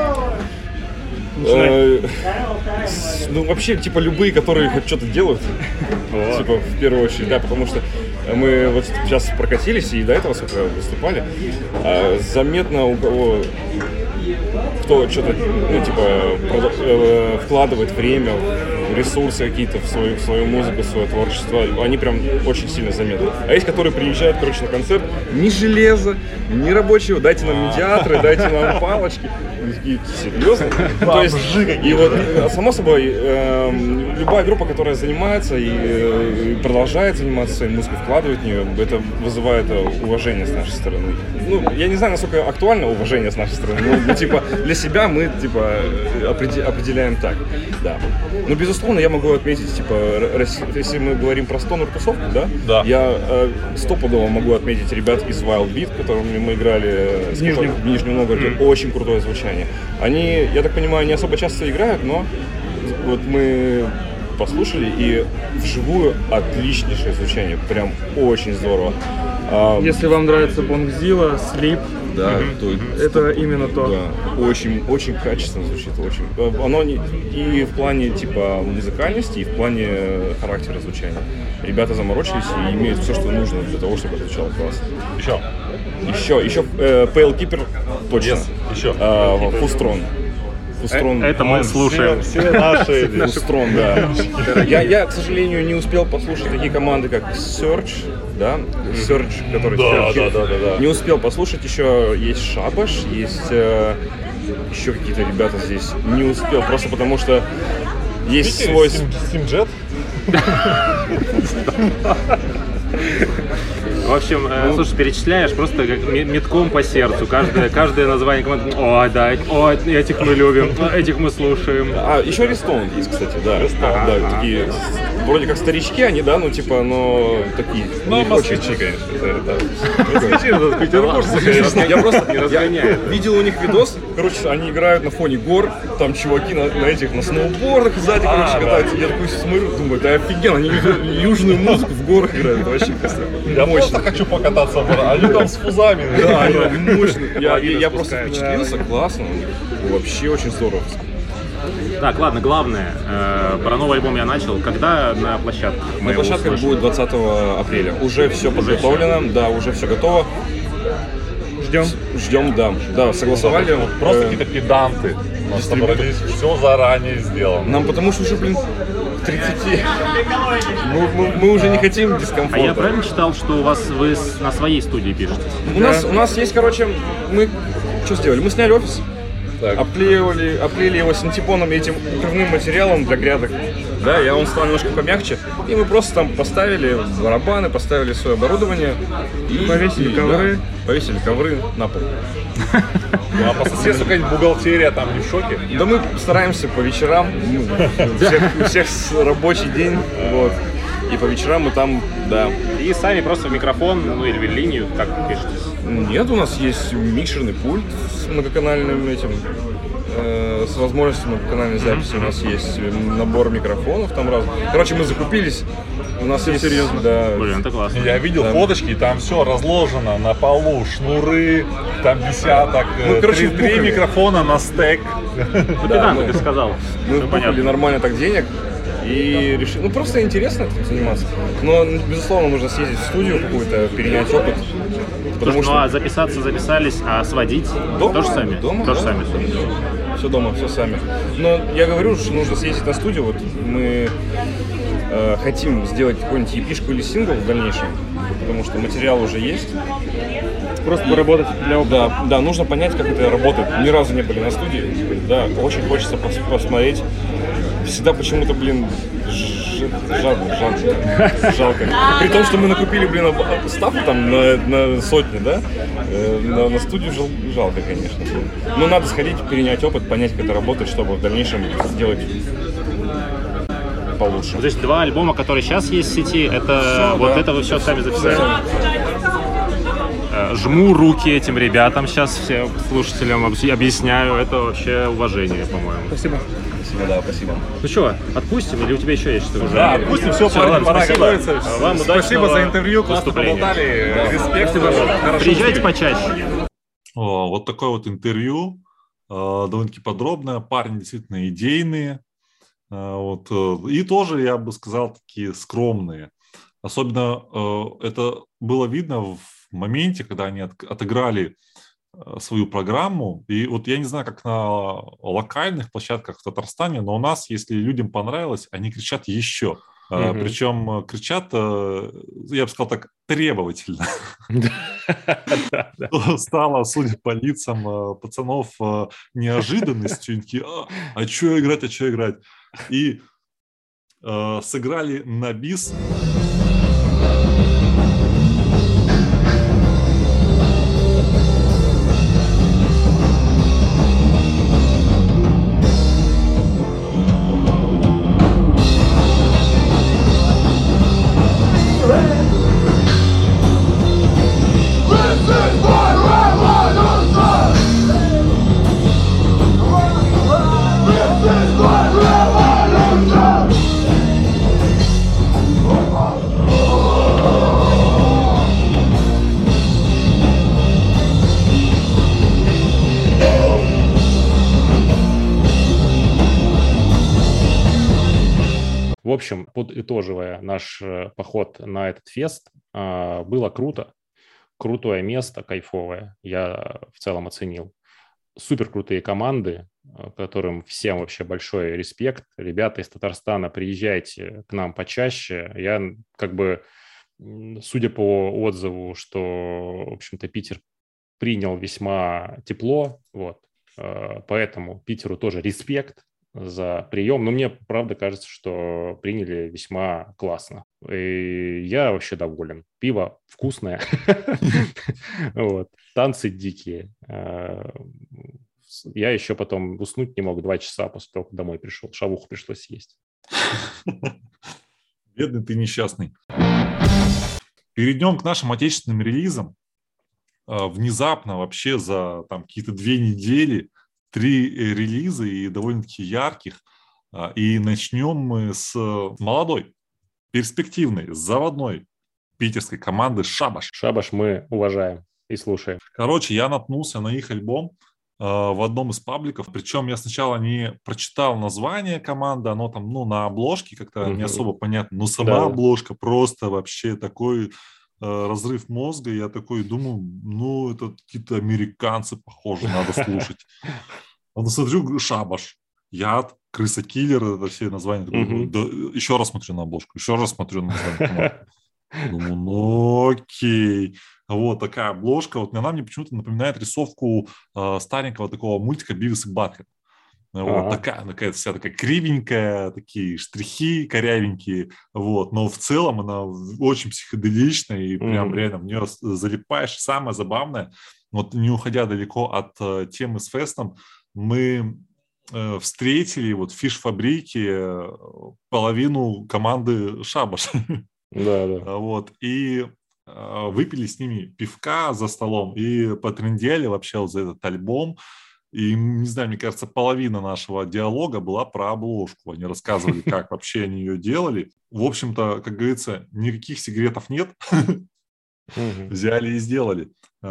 Ну, вообще, типа, любые, которые хоть что-то делают, типа, в первую очередь, да, потому что мы вот сейчас прокатились и до этого, сколько выступали, заметно у кого, кто что-то, ну, типа, вкладывает время, ресурсы какие-то в свою музыку, в свое творчество, они прям очень сильно заметны. А есть, которые приезжают, короче, на концерт, ни железа, ни рабочего, дайте нам медиаторы, дайте нам палочки. И серьезно? То есть, и вот, само собой, любая группа, которая занимается и продолжает заниматься своей музыкой, вкладывает в нее, это вызывает уважение с нашей стороны. Ну, я не знаю, насколько актуально уважение с нашей стороны, но, типа, для себя мы, типа, определяем так, да. Но, безусловно, я могу отметить, типа, если мы говорим про стонер-тусовку, да? Я стопудово могу отметить ребят из Wild Beat, которыми мы играли в Нижнем Новгороде, очень крутое звучание. Они, я так понимаю, не особо часто играют, но вот мы послушали, и вживую отличнейшее звучание, прям очень здорово. Если вам нравится Бонгзила, Слип, да, это именно то. Да, очень, очень качественно звучит, очень. Оно и в плане типа музыкальности, и в плане характера звучания. Ребята заморочились и имеют все, что нужно для того, чтобы это звучало классно. Еще Pale Keeper, точно. Еще. Фустрон. Это мы слушаем. Все наши. Фустрон, да. Я, к сожалению, не успел послушать такие команды, как Search, да? Search, который... Да. Не успел послушать. Еще есть Шабаш, есть еще какие-то ребята здесь. Не успел, просто потому что есть свой... Steamjet? В общем, слушай, перечисляешь просто как метком по сердцу. Каждое название команды. Ой, да, ой, этих мы любим, этих мы слушаем. А, еще Ристон есть, кстати, да. Да, такие, вроде как старички они, да, ну, типа, но такие. Ну, москвичи, конечно. Москвичи, петербуржцы, конечно. Я просто видел у них видос, короче, они играют на фоне гор, там чуваки на сноубордах сзади, короче, катаются. Я такой смотрю, думаю, это офигенно, они южную музыку в горах играют, это вообще Я просто хочу покататься в горах, они там с фузами. Да, они мощные. Я просто впечатлился, классно, вообще очень здорово. Так, ладно, главное, про новый альбом я начал. Когда на площадках? На площадках будет 20 апреля. Уже все подготовлено, да, уже все готово. Ждем, да. Да, согласовали. Просто какие-то педанты. Собрались, все заранее сделано. Нам потому что уже, блин, к 30. Мы уже не хотим дискомфорта. А я правильно читал, что вы на своей студии пишете? У нас есть, короче, мы что сделали? Мы сняли офис. Обклеили его синтепоном и этим укрывным материалом для грядок. Да, и он стал немножко помягче. И мы просто там поставили барабаны, поставили свое оборудование. И повесили ковры. Повесили ковры на пол. А по соседству какая-нибудь бухгалтерия там не в шоке? Да мы стараемся по вечерам. У всех рабочий день. Вот. И по вечерам мы там, да. И сами просто в микрофон, ну или в линию, как пишете? Нет, у нас есть микшерный пульт с многоканальным этим, с возможностью многоканальной записи. У нас есть набор микрофонов там разных. Короче, мы закупились. У нас есть серьезно. Да. Блин, это классно. Я видел фоточки, и там все разложено на полу, шнуры, там десяток, три микрофона на стек. Да, ты сказал. Мы купили нормально так денег. И решили, просто интересно этим заниматься. Но, безусловно, нужно съездить в студию какую-то, перенять опыт. Слушай, ну а записались, а сводить? Дома, тоже сами? Дома, тоже да, сами. Все дома, все сами. Но я говорю, что нужно съездить на студию. Вот мы хотим сделать какую-нибудь EP-шку или сингл в дальнейшем, потому что материал уже есть. Просто поработать для опыта. Да, нужно понять, как это работает. Ни разу не были на студии. Да, очень хочется посмотреть. Всегда почему-то, блин, жалко. При том, что мы накупили, блин, стафу там на сотни, да? На студию жалко, конечно. Но надо сходить, перенять опыт, понять, как это работает, чтобы в дальнейшем сделать получше. То есть 2 альбома, которые сейчас есть в сети, это все, это вы все сами записали? Жму руки этим ребятам сейчас, всем слушателям объясняю. Это вообще уважение, по-моему. Спасибо. Спасибо. Ну что, отпустим или у тебя еще есть что-то? Да, отпустим, все, парни, пора готовиться. Вам Спасибо за интервью, классно поболтали. Респект. Приезжайте почаще. Вот такое вот интервью, довольно-таки подробное. Парни действительно идейные. Вот. И тоже, я бы сказал, такие скромные. Особенно это было видно в моменте, когда они отыграли свою программу. И вот я не знаю, как на локальных площадках в Татарстане, но у нас, если людям понравилось, они кричат еще. Причем кричат, я бы сказал так, требовательно. Стало, судя по лицам пацанов, неожиданностью. Они такие, а что играть? И сыграли на бис. В общем, подытоживая наш поход на этот фест, было круто. Крутое место, кайфовое. Я в целом оценил. Супер крутые команды, которым всем вообще большой респект. Ребята из Татарстана, приезжайте к нам почаще. Я судя по отзыву, что, в общем-то, Питер принял весьма тепло. Вот. Поэтому Питеру тоже респект. за прием. Но мне, правда, кажется, что приняли весьма классно. И я вообще доволен. Пиво вкусное. Танцы дикие. Я еще потом уснуть не мог 2 часа после того, как домой пришел. Шавуху пришлось съесть. Бедный ты несчастный. Перейдем к нашим отечественным релизам. Внезапно вообще за какие-то 2 недели 3 релиза и довольно-таки ярких. И начнем мы с молодой, перспективной, заводной питерской команды «Шабаш». «Шабаш» мы уважаем и слушаем. Короче, я наткнулся на их альбом в одном из пабликов. Причем я сначала не прочитал название команды, оно там, на обложке как-то не особо понятно. Но сама обложка просто вообще такой разрыв мозга. Я такой думаю, это какие-то американцы, похоже, надо слушать. Смотрю, «Шабаш», «Яд», «Крыса-киллер», это все названия. Еще раз смотрю на обложку, еще раз смотрю на название. Думаю, окей. Вот такая обложка. Она мне почему-то напоминает рисовку старенького такого мультика «Бивис и Батхед». Вот такая вся такая кривенькая, такие штрихи корявенькие. Но в целом она очень психоделичная и прям реально в нее залипаешь. Самое забавное, не уходя далеко от темы с фестом, мы встретили в фиш-фабрике половину команды «Шабаш». Да. И выпили с ними пивка за столом и потрындели вообще за этот альбом. И, не знаю, мне кажется, половина нашего диалога была про обложку. Они рассказывали, как вообще они ее делали. В общем-то, как говорится, никаких секретов нет. Взяли и сделали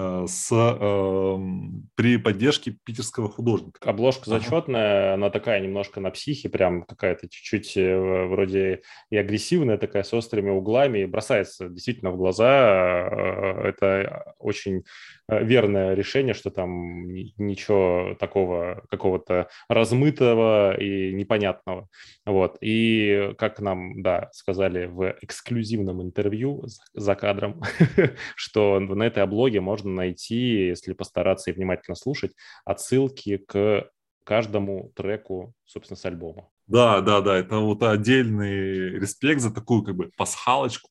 при поддержке питерского художника. Обложка зачетная, она такая немножко на психе, прям какая-то чуть-чуть вроде и агрессивная, такая с острыми углами, бросается действительно в глаза. Это очень верное решение, что там ничего такого какого-то размытого и непонятного. И как нам, сказали в эксклюзивном интервью за кадром, что на этой облоге можно найти, если постараться и внимательно слушать, отсылки к каждому треку, собственно, с альбома. Да, это отдельный респект за такую пасхалочку.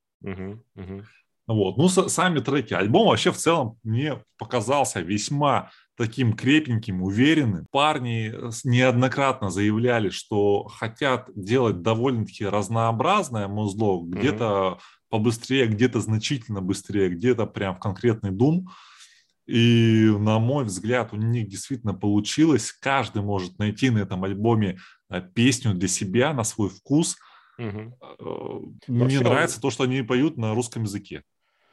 Сами треки. Альбом вообще в целом мне показался весьма таким крепеньким, уверенным. Парни неоднократно заявляли, что хотят делать довольно-таки разнообразное музло, где-то побыстрее, где-то значительно быстрее, где-то прям в конкретный дум. И, на мой взгляд, у них действительно получилось. Каждый может найти на этом альбоме песню для себя, на свой вкус. Мне нравится то, что они поют на русском языке.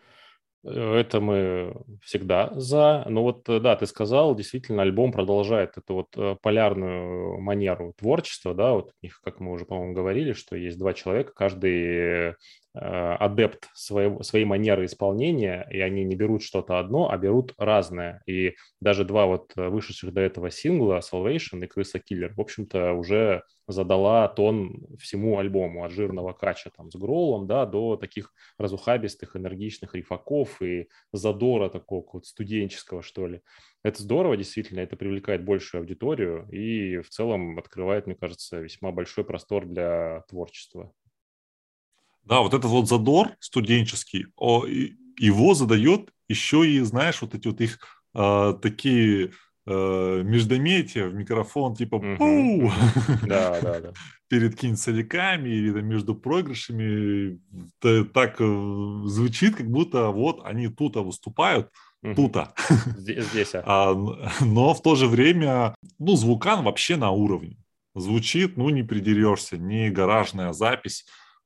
Это мы всегда за. Ты сказал, действительно, альбом продолжает эту полярную манеру творчества, у них, как мы уже, по-моему, говорили, что есть 2 человека, каждый адепт своей манеры исполнения, и они не берут что-то одно, а берут разное. И даже 2 вышедших до этого сингла, Salvation и Крыса-киллер, в общем-то, уже задала тон всему альбому, от жирного кача с гроулом, до таких разухабистых, энергичных рифаков и задора такого студенческого, что ли. Это здорово, действительно, это привлекает большую аудиторию и в целом открывает, мне кажется, весьма большой простор для творчества. Да, этот задор студенческий, его задает еще и, знаешь, их такие междометия в микрофон, типа «пу» перед какими-то соляками или между проигрышами. Так звучит, как будто они тут выступают, тут-то. Здесь. Но в то же время, звукан вообще на уровне. Звучит, не придерешься, не гаражная запись.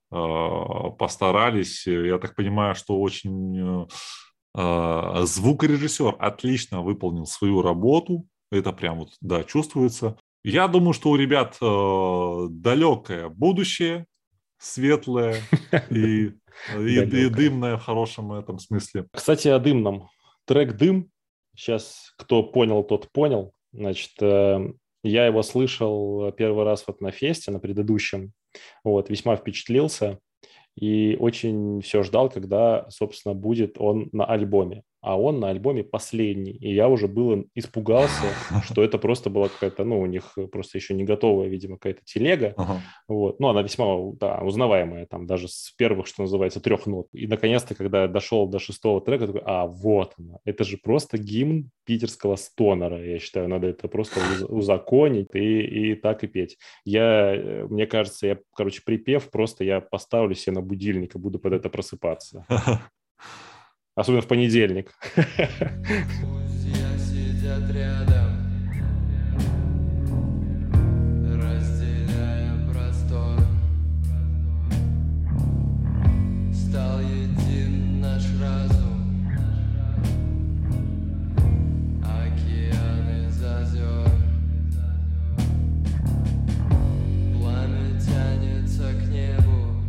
Постарались. Я так понимаю, что очень звукорежиссер отлично выполнил свою работу. Это прям чувствуется. Я думаю, что у ребят далекое будущее, светлое и дымное в хорошем этом смысле. Кстати, о дымном. Трек «Дым». Сейчас кто понял, тот понял. Значит, я его слышал первый раз на фесте, на предыдущем. Весьма впечатлился и очень все ждал, когда, собственно, будет он на альбоме. а он на альбоме последний. И я уже было испугался, что это просто была какая-то, у них просто еще не готовая, видимо, какая-то телега. Вот. Она весьма, узнаваемая, там даже с первых, что называется, 3 нот. И, наконец-то, когда я дошел до 6-го трека, такой, вот она. Это же просто гимн питерского стонера. Я считаю, надо это просто узаконить и так и петь. Мне кажется, припев просто я поставлю себе на будильник и буду под это просыпаться. Особенно в понедельник. Друзья сидят рядом, разделяя простор. Стал един наш разум, океан из озер. Пламя тянется к небу.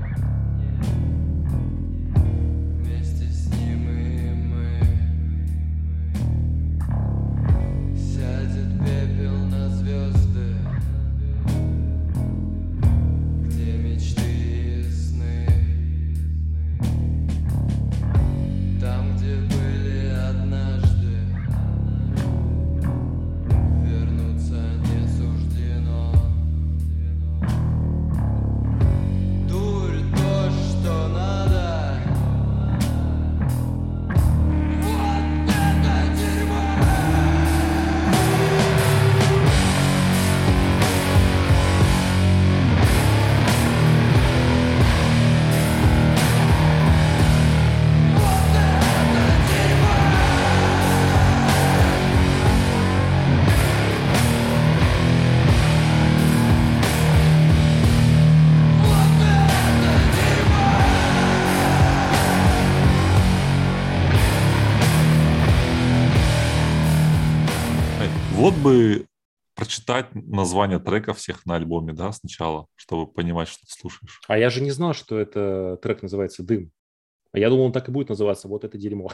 Вот бы прочитать название треков всех на альбоме, да, сначала, чтобы понимать, что ты слушаешь. А я же не знал, что это трек называется «Дым». Я думал, он так и будет называться «Вот это дерьмо».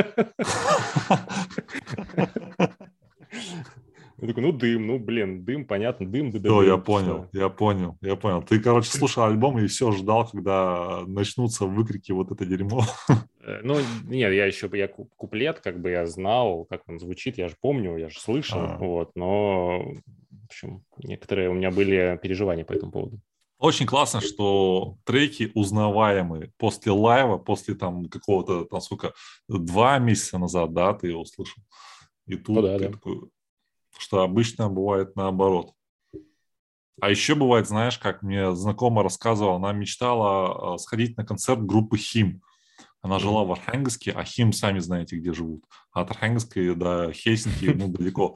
Я такой, дым, дым, понятно, дым. Все, я понял. Ты, слушал альбом и все ждал, когда начнутся выкрики «Вот это дерьмо». Нет, я куплет, я знал, как он звучит, я же помню, я же слышал, но, в общем, некоторые у меня были переживания по этому поводу. Очень классно, что треки узнаваемые после лайва, после какого-то, 2 месяца назад, да, ты его услышал. И тут ты такой, что обычно бывает наоборот. А еще бывает, знаешь, как мне знакомая рассказывала, она мечтала сходить на концерт группы «Хим». Она жила в Архангельске, а «Хим» сами знаете, где живут. От Архангельска до Хельсинки, далеко.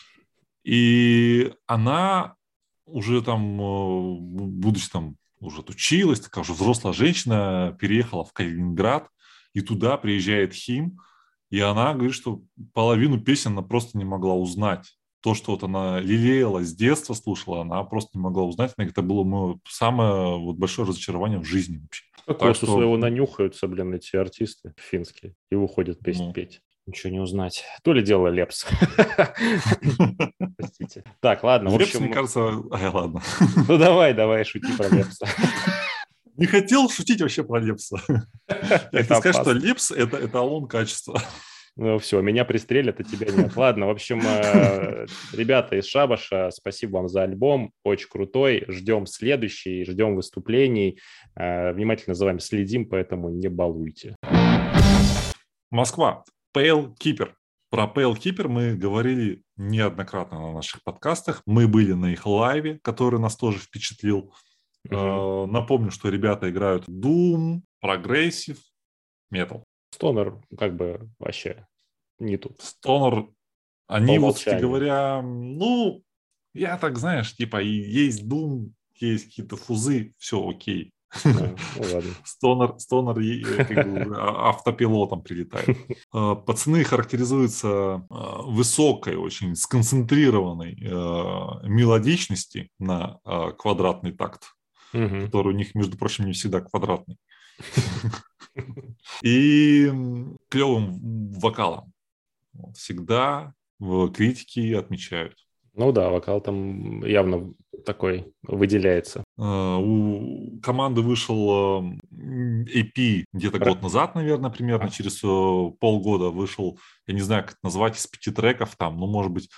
И она уже будучи уже отучилась, такая уже взрослая женщина, переехала в Калининград, и туда приезжает «Хим», и она говорит, что половину песен она просто не могла узнать. То, что она лелеяла, с детства слушала, она просто не могла узнать. Это было мое самое большое разочарование в жизни вообще. Косту своего нанюхаются, эти артисты финские, и выходят песни петь. Ничего не узнать. То ли дело Лепс. Простите. Так, ладно. Лепс, мне кажется... ладно. Давай, шути про Лепса. Не хотел шутить вообще про Лепса. Я хотел сказать, что Лепс – это эталон качества. Ну все, меня пристрелят, а тебя нет. Ладно, в общем, ребята из Шабаша, спасибо вам за альбом, очень крутой. Ждем следующий, ждем выступлений. Внимательно за вами следим, поэтому не балуйте. Москва. Pale Keeper. Про Pale Keeper мы говорили неоднократно на наших подкастах. Мы были на их лайве, который нас тоже впечатлил. Напомню, что ребята играют Doom, Progressive, Metal. Стонер вообще не тут. Стонер, они, кстати говоря, я так, знаешь, и есть Doom, есть какие-то фузы, все окей. Стонер автопилотом прилетает. Пацаны характеризуются высокой, очень сконцентрированной мелодичности на квадратный такт, который у них, между прочим, не всегда квадратный. И клевым вокалом. Всегда в критике отмечают. Ну да, вокал там явно такой выделяется. У команды вышел EP где-то год назад, наверное, примерно, через полгода вышел, я не знаю, как это назвать, из 5 треков там, ну, может быть,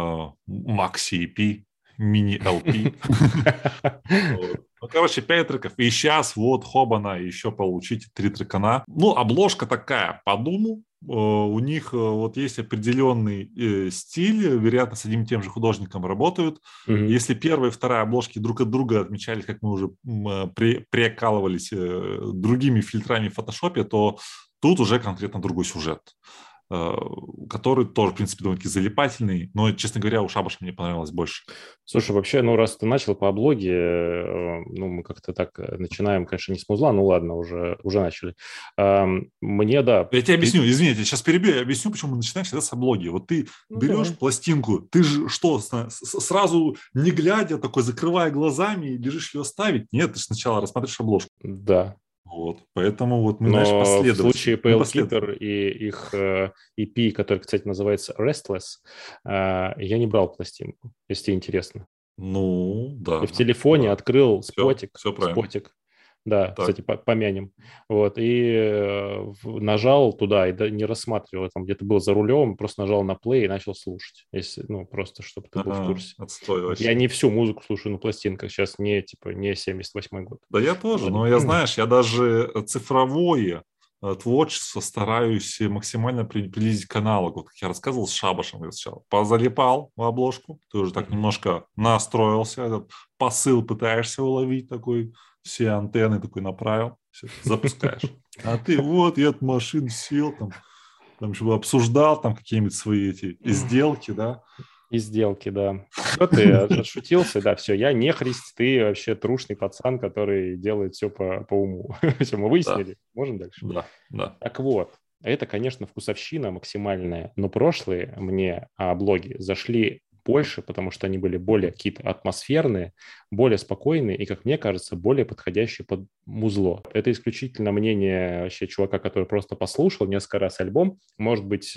Maxi EP, мини-LP. Ну, короче, 5 треков. И сейчас вот, хобана, еще получите 3 трекана. Ну, обложка такая, по думу. У них вот есть определенный стиль, вероятно, с одним и тем же художником работают. Если первая и вторая обложки друг от друга отмечали, как мы уже прикалывались другими фильтрами в фотошопе, то тут уже конкретно другой сюжет, который тоже, в принципе, довольно-таки залипательный, но, честно говоря, у Шабаша мне понравилось больше. Слушай, вообще, ну, раз ты начал по облоге, ну, мы как-то так начинаем, конечно, не с музла, ну, ладно, уже начали. Мне, да... Я тебе объясню, извини, я сейчас перебью, я объясню, почему мы начинаем всегда с облоги. Вот ты берешь пластинку, ты же что, сразу не глядя, такой закрывая глазами и бежишь ее ставить? Нет, ты сначала рассмотришь обложку. Да. Вот, поэтому вот мы, но знаешь, последовательно. В случае Pale Keeper и их EP, который, кстати, называется Restless, я не брал пластинку, если тебе интересно. Ну, да. И в телефоне открыл спотик. Спотик. Да, так. Кстати, помянем. Вот, и нажал туда, и не рассматривал, там где-то был за рулем, просто нажал на плей и начал слушать. Если, ну, просто, чтобы ты был в курсе. Отстой вообще. Я не всю музыку слушаю на пластинках, сейчас не 78-й год. Да я тоже, но я, знаешь, я даже цифровое творчество стараюсь максимально приблизить к аналогу. Как я рассказывал с Шабашем, я сначала позалипал в обложку, ты уже так немножко настроился, этот посыл пытаешься уловить такой, все антенны такой направил, все, запускаешь. А ты вот, я от машин сел, там еще обсуждал там какие-нибудь свои эти сделки, да? Сделки, да. Что ты отшутился? Да, все, я не христ, ты вообще трушный пацан, который делает все по уму. Все, мы выяснили. Да. Можем дальше? Да. Так вот, это, конечно, вкусовщина максимальная, но прошлые мне блоги зашли больше, потому что они были более какие-то атмосферные, более спокойные и, как мне кажется, более подходящие под музло. Это исключительно мнение вообще чувака, который просто послушал несколько раз альбом. Может быть,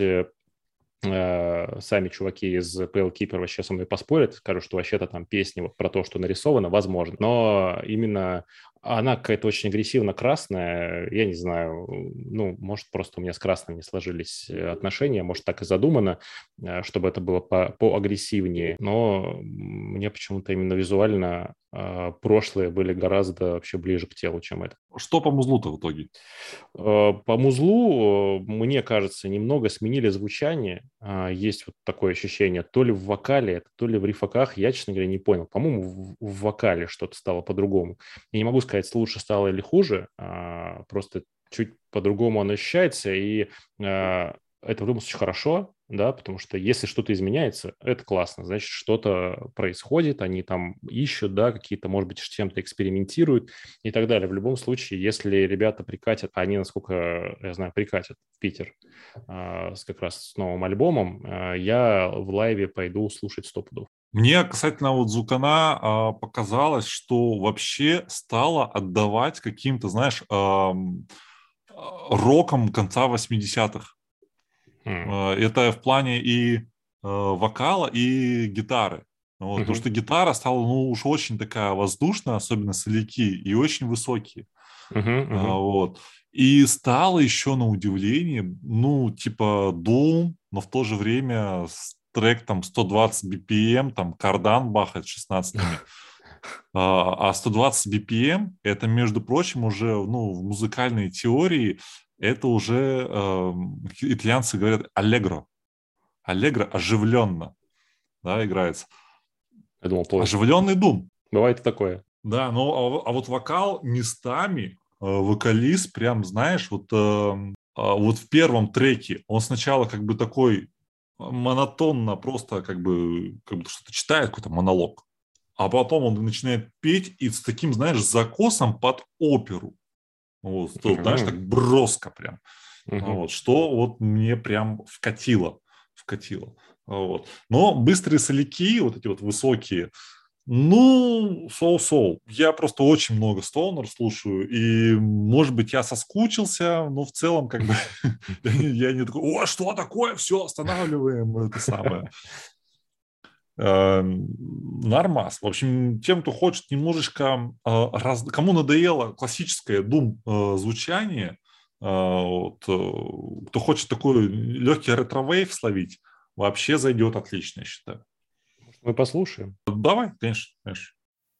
сами чуваки из Pale Keeper вообще со мной поспорят, скажут, что вообще-то там песни вот про то, что нарисовано, возможно. Но именно она какая-то очень агрессивно красная, я не знаю, ну, может, просто у меня с красным не сложились отношения, может, так и задумано, чтобы это было поагрессивнее, но мне почему-то именно визуально прошлые были гораздо вообще ближе к телу, чем это. Что по музлу-то в итоге? По музлу, мне кажется, немного сменили звучание. Есть вот такое ощущение, то ли в вокале, то ли в рифаках, я, честно говоря, не понял. По-моему, в вокале что-то стало по-другому. Я не могу сказать, лучше стало или хуже, просто чуть по-другому оно ощущается, и это в любом случае хорошо, да, потому что если что-то изменяется, это классно, значит, что-то происходит, они там ищут, да, какие-то, может быть, с чем-то экспериментируют и так далее. В любом случае, если ребята прикатят, а они, насколько я знаю, прикатят в Питер как раз с новым альбомом, я в лайве пойду слушать 100 пудов. Мне касательно вот Зукана показалось, что вообще стало отдавать каким-то, знаешь, роком конца 80-х. Это в плане и вокала, и гитары. Вот, потому что гитара стала, ну, уж очень такая воздушная, особенно соляки, и очень высокие. Вот. И стало еще на удивление, ну, типа Doom, но в то же время трек там 120 BPM, там кардан бахает 16-ми. А 120 BPM, это, между прочим, уже, ну, в музыкальной теории это уже итальянцы говорят аллегро. Аллегро оживленно, да, играется. Я думал, оживленный дум. Бывает такое. Да, но а вот вокал местами, вокалист прям, знаешь, вот в первом треке он сначала как бы такой монотонно просто как бы что-то читает, какой-то монолог. А потом он начинает петь и с таким, знаешь, закосом под оперу. Вот, знаешь, так броско прям. Вот, что вот мне прям вкатило. Вот. Но быстрые соляки, вот эти вот высокие, ну, соу-соу. Я просто очень много стоунер слушаю, и, может быть, я соскучился, но в целом как бы я не такой, о, что такое, все, останавливаем это самое. Нормас. В общем, тем, кто хочет немножечко... Кому надоело классическое звучание, кто хочет такой легкий ретро-вейв словить, вообще зайдет отлично, я считаю. Мы послушаем. Давай, конечно, конечно.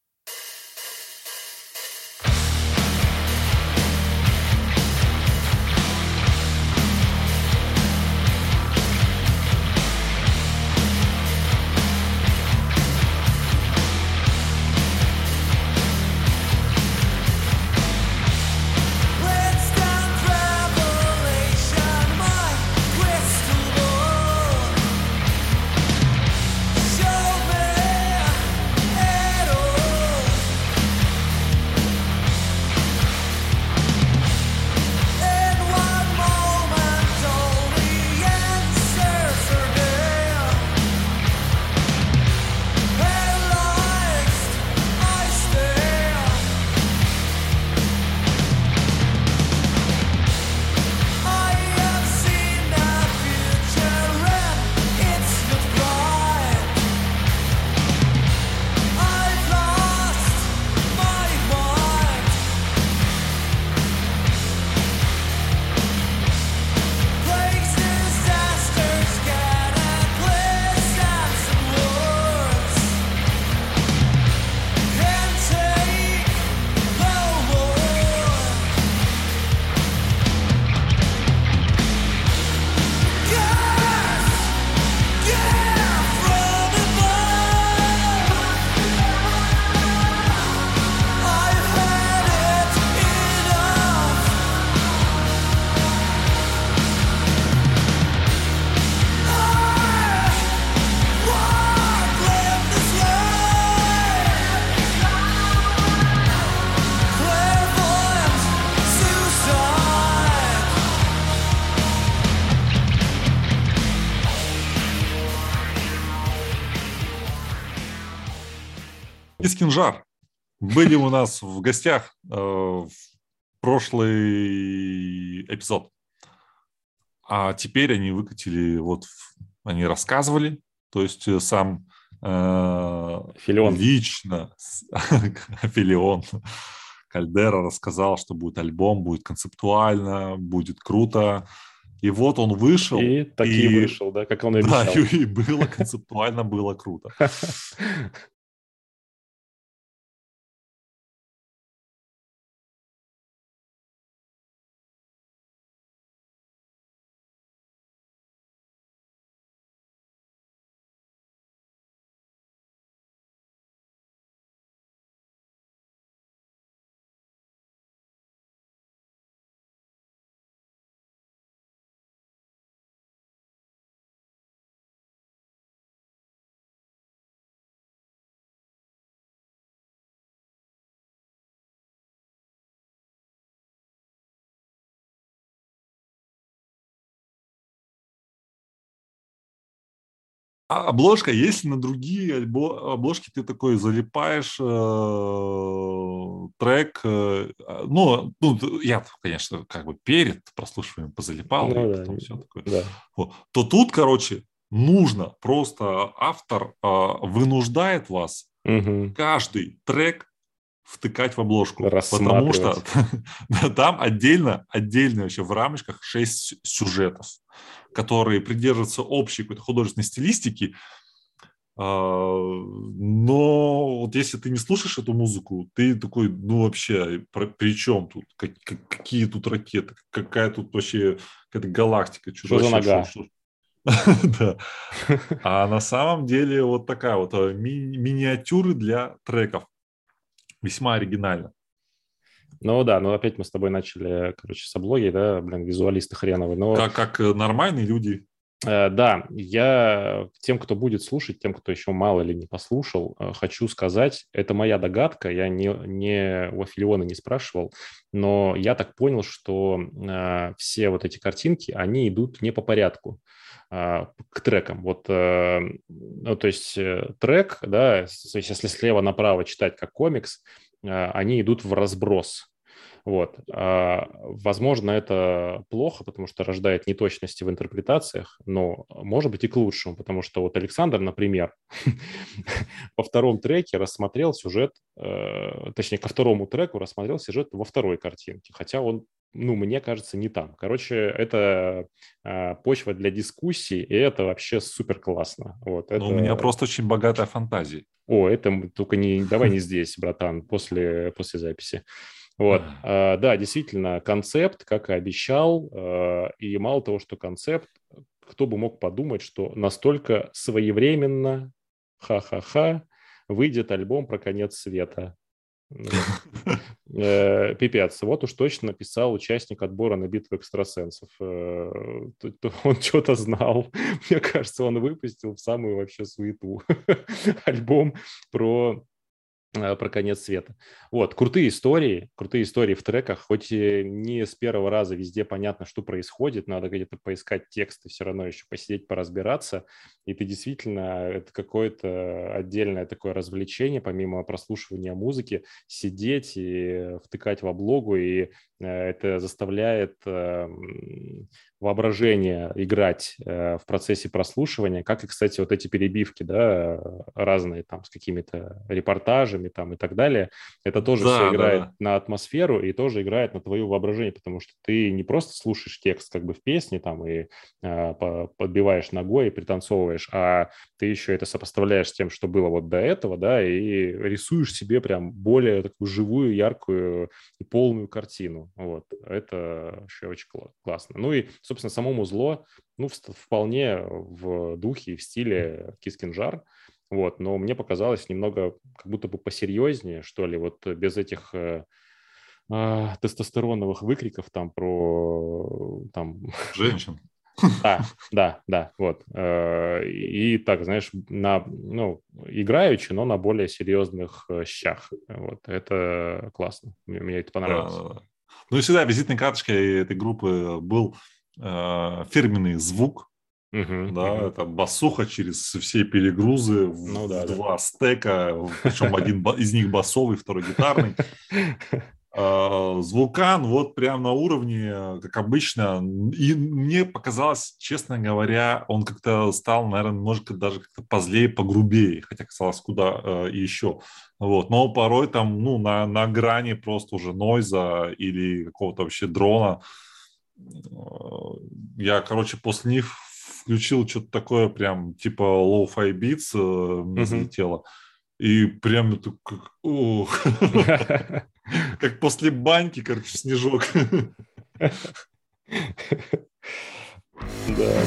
Искинжар были у нас в гостях в прошлый эпизод. А теперь они выкатили, они рассказывали, то есть сам Филион. лично Филион Кальдера рассказал, что будет альбом, будет концептуально, будет круто. И вот он вышел. И таки вышел, да, как он и обещал. Да, и было концептуально, было круто. А обложка, если на другие обложки ты такой залипаешь трек, я, конечно, как бы перед прослушиванием позалипал, и потом все такое. Да. То тут, короче, нужно, просто автор вынуждает вас каждый трек втыкать в обложку, потому что там отдельно вообще в рамочках 6 сюжетов, которые придерживаются общей какой-то художественной стилистики, но вот если ты не слушаешь эту музыку, ты такой, вообще, при чем тут? Какие тут ракеты? Какая тут вообще какая-то галактика? Что за нога? Да. А на самом деле вот такая вот миниатюры для треков. Весьма оригинально. Опять мы с тобой начали, с облоги, да, визуалисты хреновые. Но... Как нормальные люди. Да, я тем, кто будет слушать, тем, кто еще мало или не послушал, хочу сказать, это моя догадка, я не у Филиона не спрашивал, но я так понял, что все вот эти картинки, они идут не по порядку к трекам. То есть трек, да, если слева направо читать как комикс, они идут в разброс. Вот. Возможно, это плохо, потому что рождает неточности в интерпретациях, но может быть и к лучшему, потому что вот Александр, например, во втором треке рассмотрел сюжет, точнее, ко второму треку рассмотрел сюжет во второй картинке, хотя он, ну, мне кажется, не там. Короче, это почва для дискуссий, и это вообще супер классно. Вот, это... У меня просто очень богатая фантазия. О, это только не давай не здесь, братан, после записи. Вот, да, действительно, концепт, как и обещал, и мало того, что концепт, кто бы мог подумать, что настолько своевременно, ха-ха-ха, выйдет альбом про конец света. Пипец, вот уж точно написал участник отбора на битву экстрасенсов. Он что-то знал. Мне кажется, он выпустил в самую вообще суету альбом про конец света. Вот, крутые истории в треках, хоть и не с первого раза везде понятно, что происходит, надо где-то поискать тексты, все равно еще посидеть, поразбираться, и ты действительно, это какое-то отдельное такое развлечение, помимо прослушивания музыки, сидеть и втыкать в облогу, и это заставляет воображение играть в процессе прослушивания, как и, кстати, вот эти перебивки, да, разные там с какими-то репортажами там и так далее, это тоже все играет на атмосферу и тоже играет на твое воображение, потому что ты не просто слушаешь текст как бы в песне там и подбиваешь ногой и пританцовываешь, а ты еще это сопоставляешь с тем, что было вот до этого, да, и рисуешь себе прям более такую живую, яркую и полную картину. Вот, это вообще очень классно. Ну и, собственно, само музло, ну, вполне в духе и в стиле Kiss-King-Jar, вот, но мне показалось немного как будто бы посерьезнее, что ли, вот без этих тестостероновых выкриков там про там... Женщин. Да, вот. И так, знаешь, играючи, но на более серьезных щах. Вот, это классно. Мне это понравилось. Ну и всегда визитной карточкой этой группы был фирменный звук. Это басуха через все перегрузы в два стека, причем один из них басовый, второй гитарный. Звукан вот прям на уровне, как обычно. И мне показалось, честно говоря, он как-то стал, наверное, немножко даже как-то позлее, погрубее, хотя казалось куда еще. Вот. Но порой там, ну, на грани просто уже нойза или какого-то вообще дрона. Я, короче, после них включил что-то такое прям типа low-fi beats, мне залетело. И прям как после баньки, короче, снежок. Да.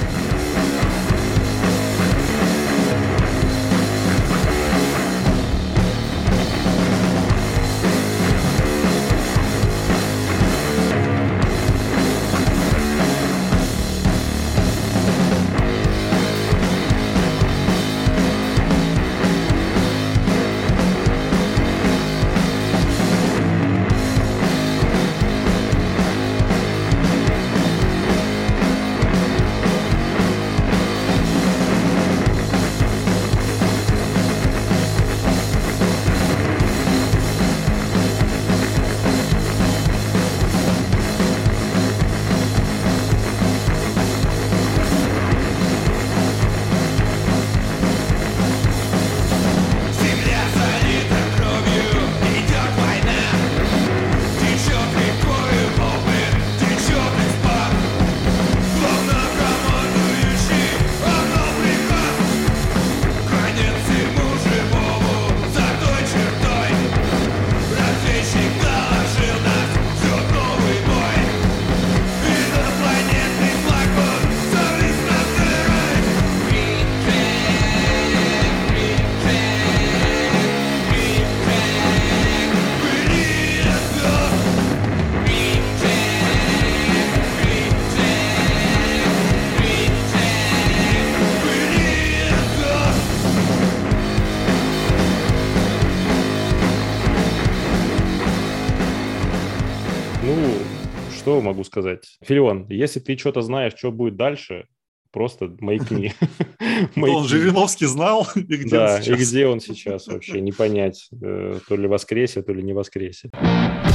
Что могу сказать? Филион, если ты что-то знаешь, что будет дальше, просто маякни. Он Жириновский знал, и где он сейчас? Да, и где он сейчас вообще, не понять. То ли воскресе, то ли не воскресе.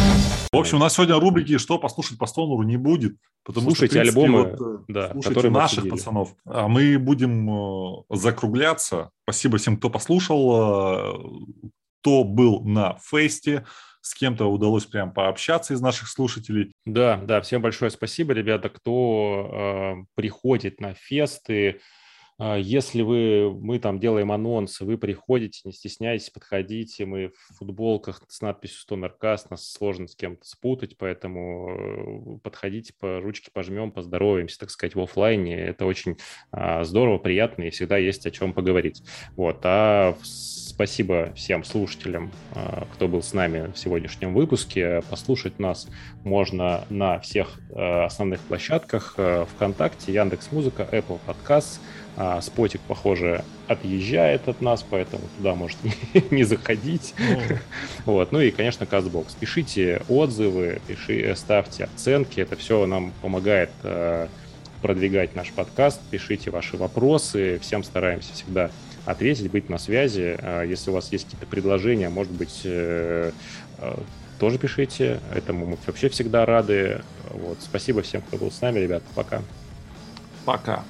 В общем, у нас сегодня рубрики «Что послушать по Стонеру» не будет, потому Слушайте что, в принципе, альбомы, вот, да, слушайте которые мы наших обсудили. пацанов. А мы будем закругляться. Спасибо всем, кто послушал, кто был на фесте, с кем-то удалось прям пообщаться из наших слушателей. Да, всем большое спасибо, ребята, кто приходит на фесты. Если мы там делаем анонсы, вы приходите, не стесняйтесь, подходите. Мы в футболках с надписью «Stonercast», нас сложно с кем-то спутать, поэтому подходите, по ручке пожмем, поздороваемся, так сказать, в офлайне. Это очень здорово, приятно, и всегда есть о чем поговорить. Вот. Спасибо всем слушателям, кто был с нами в сегодняшнем выпуске. Послушать нас можно на всех основных площадках: ВКонтакте, Яндекс.Музыка, Apple Podcasts. Спотик, похоже, отъезжает от нас, поэтому туда может не заходить. Вот. Ну и, конечно, Castbox. Пишите отзывы, ставьте оценки. Это все нам помогает продвигать наш подкаст. Пишите ваши вопросы. Всем стараемся всегда ответить, быть на связи. Если у вас есть какие-то предложения, может быть, тоже пишите. Этому мы вообще всегда рады. Вот. Спасибо всем, кто был с нами, ребята. Пока. Пока.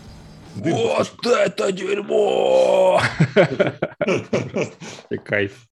Вот это дерьмо! Кайф.